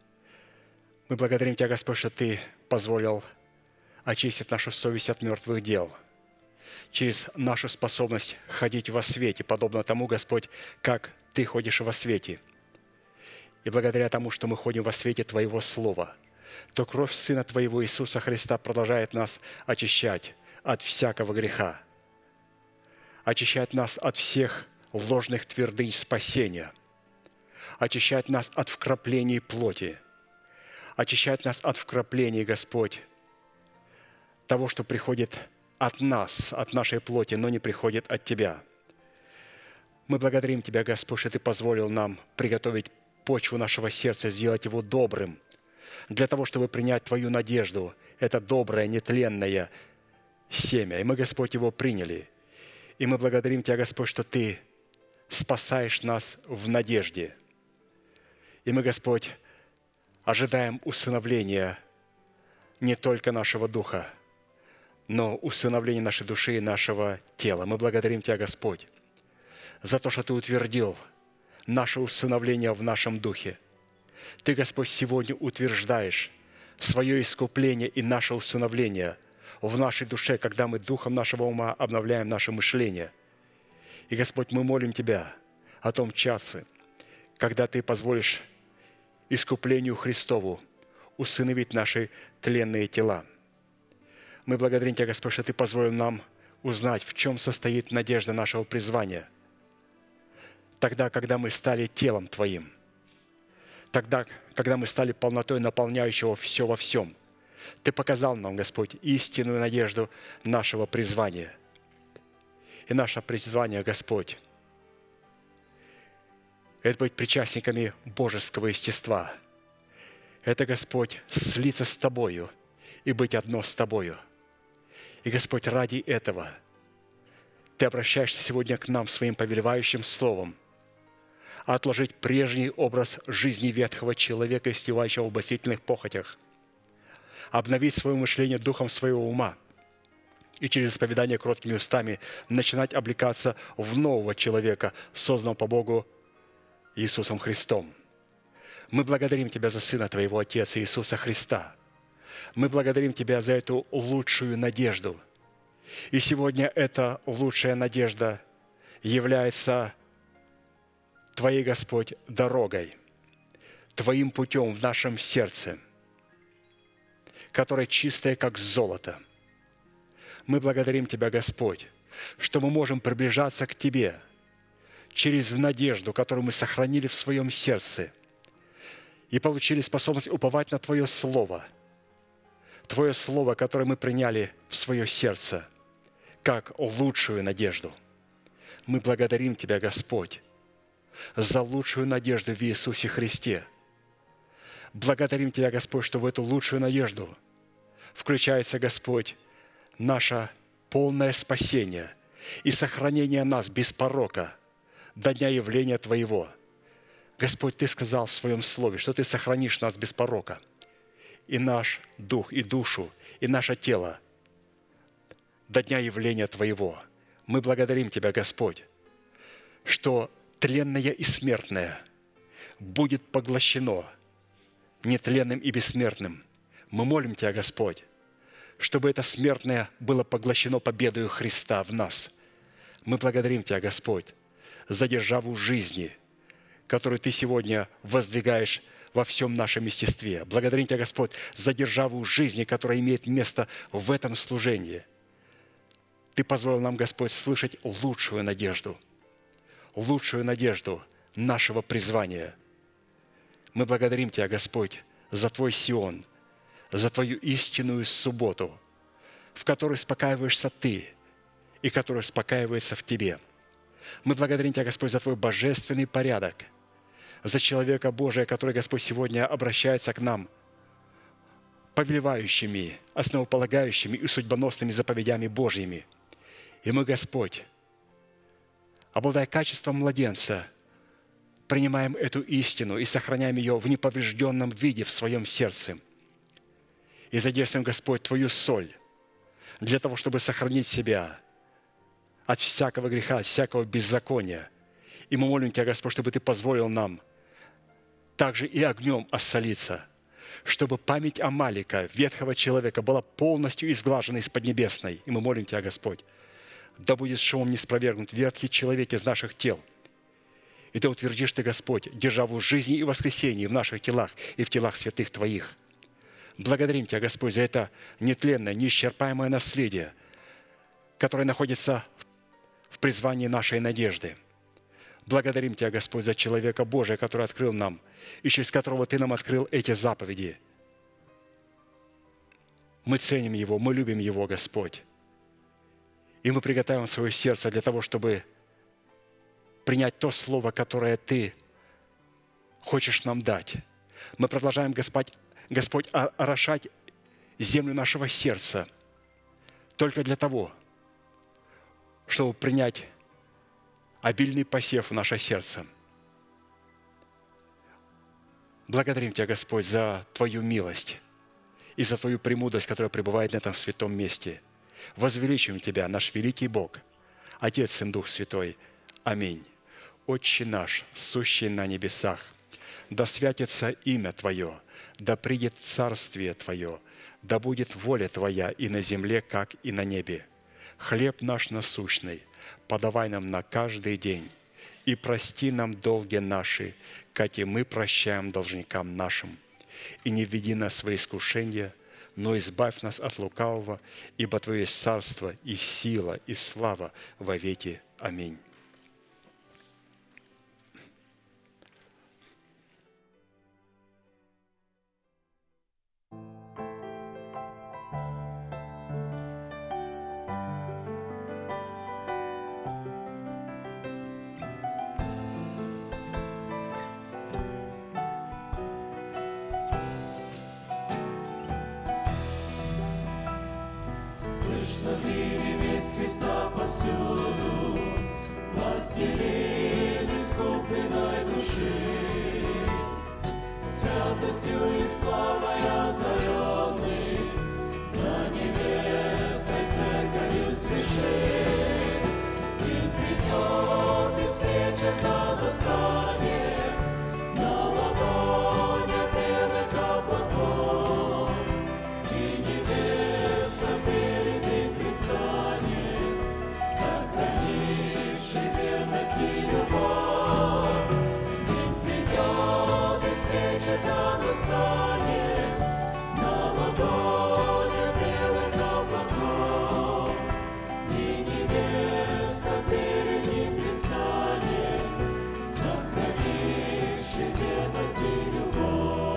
Мы благодарим Тебя, Господь, что Ты позволил очистить нашу совесть от мертвых дел через нашу способность ходить во свете, подобно тому, Господь, как Ты ходишь во свете. И благодаря тому, что мы ходим во свете Твоего Слова, то кровь Сына Твоего Иисуса Христа продолжает нас очищать от всякого греха, очищать нас от всех ложных твердынь спасения, очищать нас от вкраплений плоти, очищать нас от вкраплений, Господь, того, что приходит от нас, от нашей плоти, но не приходит от Тебя. Мы благодарим Тебя, Господь, что Ты позволил нам приготовить почву нашего сердца, сделать его добрым, для того, чтобы принять Твою надежду, это доброе, нетленное семя. И мы, Господь, его приняли. И мы благодарим Тебя, Господь, что Ты спасаешь нас в надежде. И мы, Господь, ожидаем усыновления не только нашего духа, но усыновления нашей души и нашего тела. Мы благодарим Тебя, Господь, за то, что Ты утвердил наше усыновление в нашем духе. Ты, Господь, сегодня утверждаешь свое искупление и наше усыновление в нашей душе, когда мы духом нашего ума обновляем наше мышление. И, Господь, мы молим Тебя о том часе, когда Ты позволишь искуплению Христову усыновить наши тленные тела. Мы благодарим Тебя, Господь, что Ты позволил нам узнать, в чем состоит надежда нашего призвания. Тогда, когда мы стали телом Твоим, тогда, когда мы стали полнотой наполняющего все во всем, Ты показал нам, Господь, истинную надежду нашего призвания. И наше призвание, Господь, это быть причастниками божеского естества. Это, Господь, слиться с Тобою и быть одно с Тобою. И, Господь, ради этого Ты обращаешься сегодня к нам своим повелевающим словом, отложить прежний образ жизни ветхого человека, истевающего в басительных похотях, обновить свое мышление духом своего ума и через исповедание кроткими устами начинать облекаться в нового человека, созданного по Богу Иисусом Христом. Мы благодарим Тебя за Сына Твоего, Отца Иисуса Христа. Мы благодарим Тебя за эту лучшую надежду. И сегодня эта лучшая надежда является Твоей, Господь, дорогой, Твоим путем в нашем сердце, которое чистое, как золото. Мы благодарим Тебя, Господь, что мы можем приближаться к Тебе через надежду, которую мы сохранили в своем сердце и получили способность уповать на Твое Слово, которое мы приняли в свое сердце, как лучшую надежду. Мы благодарим Тебя, Господь, за лучшую надежду в Иисусе Христе. Благодарим Тебя, Господь, что в эту лучшую надежду включается, Господь, наше полное спасение и сохранения нас без порока до дня явления Твоего. Господь, Ты сказал в Своем Слове, что Ты сохранишь нас без порока, и наш дух, и душу, и наше тело до дня явления Твоего. Мы благодарим Тебя, Господь, что тленное и смертное будет поглощено нетленным и бессмертным. Мы молим Тебя, Господь, чтобы это смертное было поглощено победою Христа в нас. Мы благодарим Тебя, Господь, за державу жизни, которую Ты сегодня воздвигаешь во всем нашем естестве. Благодарим Тебя, Господь, за державу жизни, которая имеет место в этом служении. Ты позволил нам, Господь, слышать лучшую надежду нашего призвания. Мы благодарим Тебя, Господь, за Твой Сион, за Твою истинную субботу, в которой успокаиваешься Ты и которая успокаивается в Тебе. Мы благодарим Тебя, Господь, за Твой божественный порядок, за человека Божия, который, Господь, сегодня обращается к нам повелевающими, основополагающими и судьбоносными заповедями Божьими. И мы, Господь, обладая качеством младенца, принимаем эту истину и сохраняем ее в неповрежденном виде в своем сердце. И задействуем, Господь, Твою соль для того, чтобы сохранить себя от всякого греха, от всякого беззакония. И мы молим Тебя, Господь, чтобы Ты позволил нам также и огнем осолиться, чтобы память Амалика, ветхого человека, была полностью изглажена из Поднебесной. И мы молим Тебя, Господь, да будет шумом не спровергнут ветхий человек из наших тел. И Ты утвердишь, Ты, Господь, державу жизни и воскресения в наших телах и в телах святых Твоих. Благодарим Тебя, Господь, за это нетленное, неисчерпаемое наследие, которое находится в призвании нашей надежды. Благодарим Тебя, Господь, за человека Божия, который открыл нам, и через которого Ты нам открыл эти заповеди. Мы ценим Его, мы любим Его, Господь. И мы приготовим свое сердце для того, чтобы принять то слово, которое Ты хочешь нам дать. Мы продолжаем, Господь, орошать землю нашего сердца только для того, чтобы принять обильный посев в наше сердце. Благодарим Тебя, Господь, за Твою милость и за Твою премудрость, которая пребывает на этом святом месте. Возвеличиваем Тебя, наш великий Бог, Отец, Сын, Дух Святой. Аминь. Отче наш, сущий на небесах, да святится имя Твое, да придет царствие Твое, да будет воля Твоя и на земле, как и на небе. Хлеб наш насущный подавай нам на каждый день, и прости нам долги наши, как и мы прощаем должникам нашим. И не введи нас в искушение, но избавь нас от лукавого, ибо Твое есть царство и сила и слава во веки. Аминь. Слышно мире весь свиста повсюду, властелин искупленной души, святостью и славой озаренный, за невестой церковью спешит. День придет и встреча та настанет на ладони белых облаков, и невеста перед ним предстанет, сохранивший верность и любовь. День придет и встреча та настанет на ладони белых облаков, и невеста перед ним предстанет, сохранивший верность и любовь.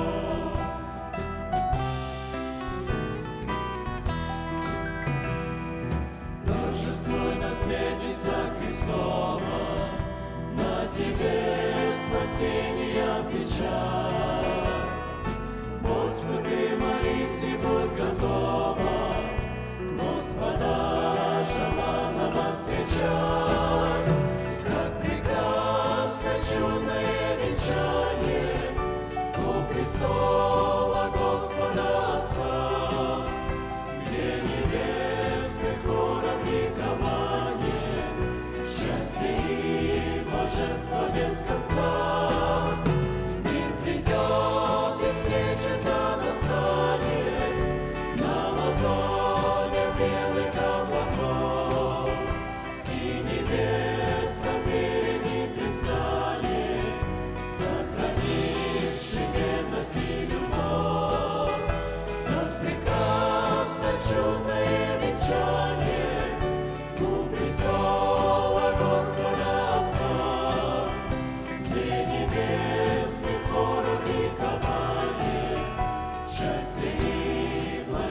Торжествуй, наследница Христова, на тебе спасения печать. Будь святым, молись и будь готова, Господа желанного встречать.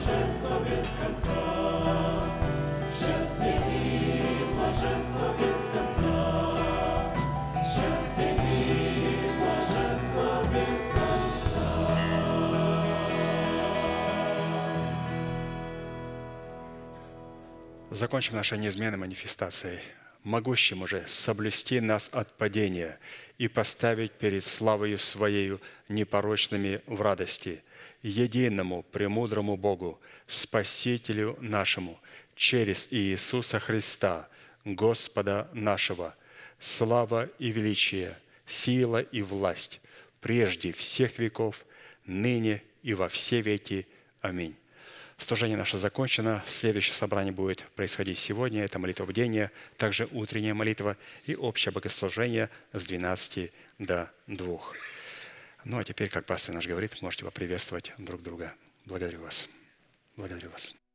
блаженство без конца. Счастье и блаженство без конца. Счастье и блаженство без конца. Закончим нашей неизменной манифестацией, могущим уже соблюсти нас от падения и поставить перед славою Своею непорочными в радости, единому премудрому Богу, Спасителю нашему, через Иисуса Христа, Господа нашего, слава и величие, сила и власть, прежде всех веков, ныне и во все веки. Аминь. Служение наше закончено. Следующее собрание будет происходить сегодня. Это молитва бдения, также утренняя молитва и общее богослужение с 12 до 2. Ну а теперь, как пастор наш говорит, можете поприветствовать друг друга. Благодарю вас. Благодарю вас.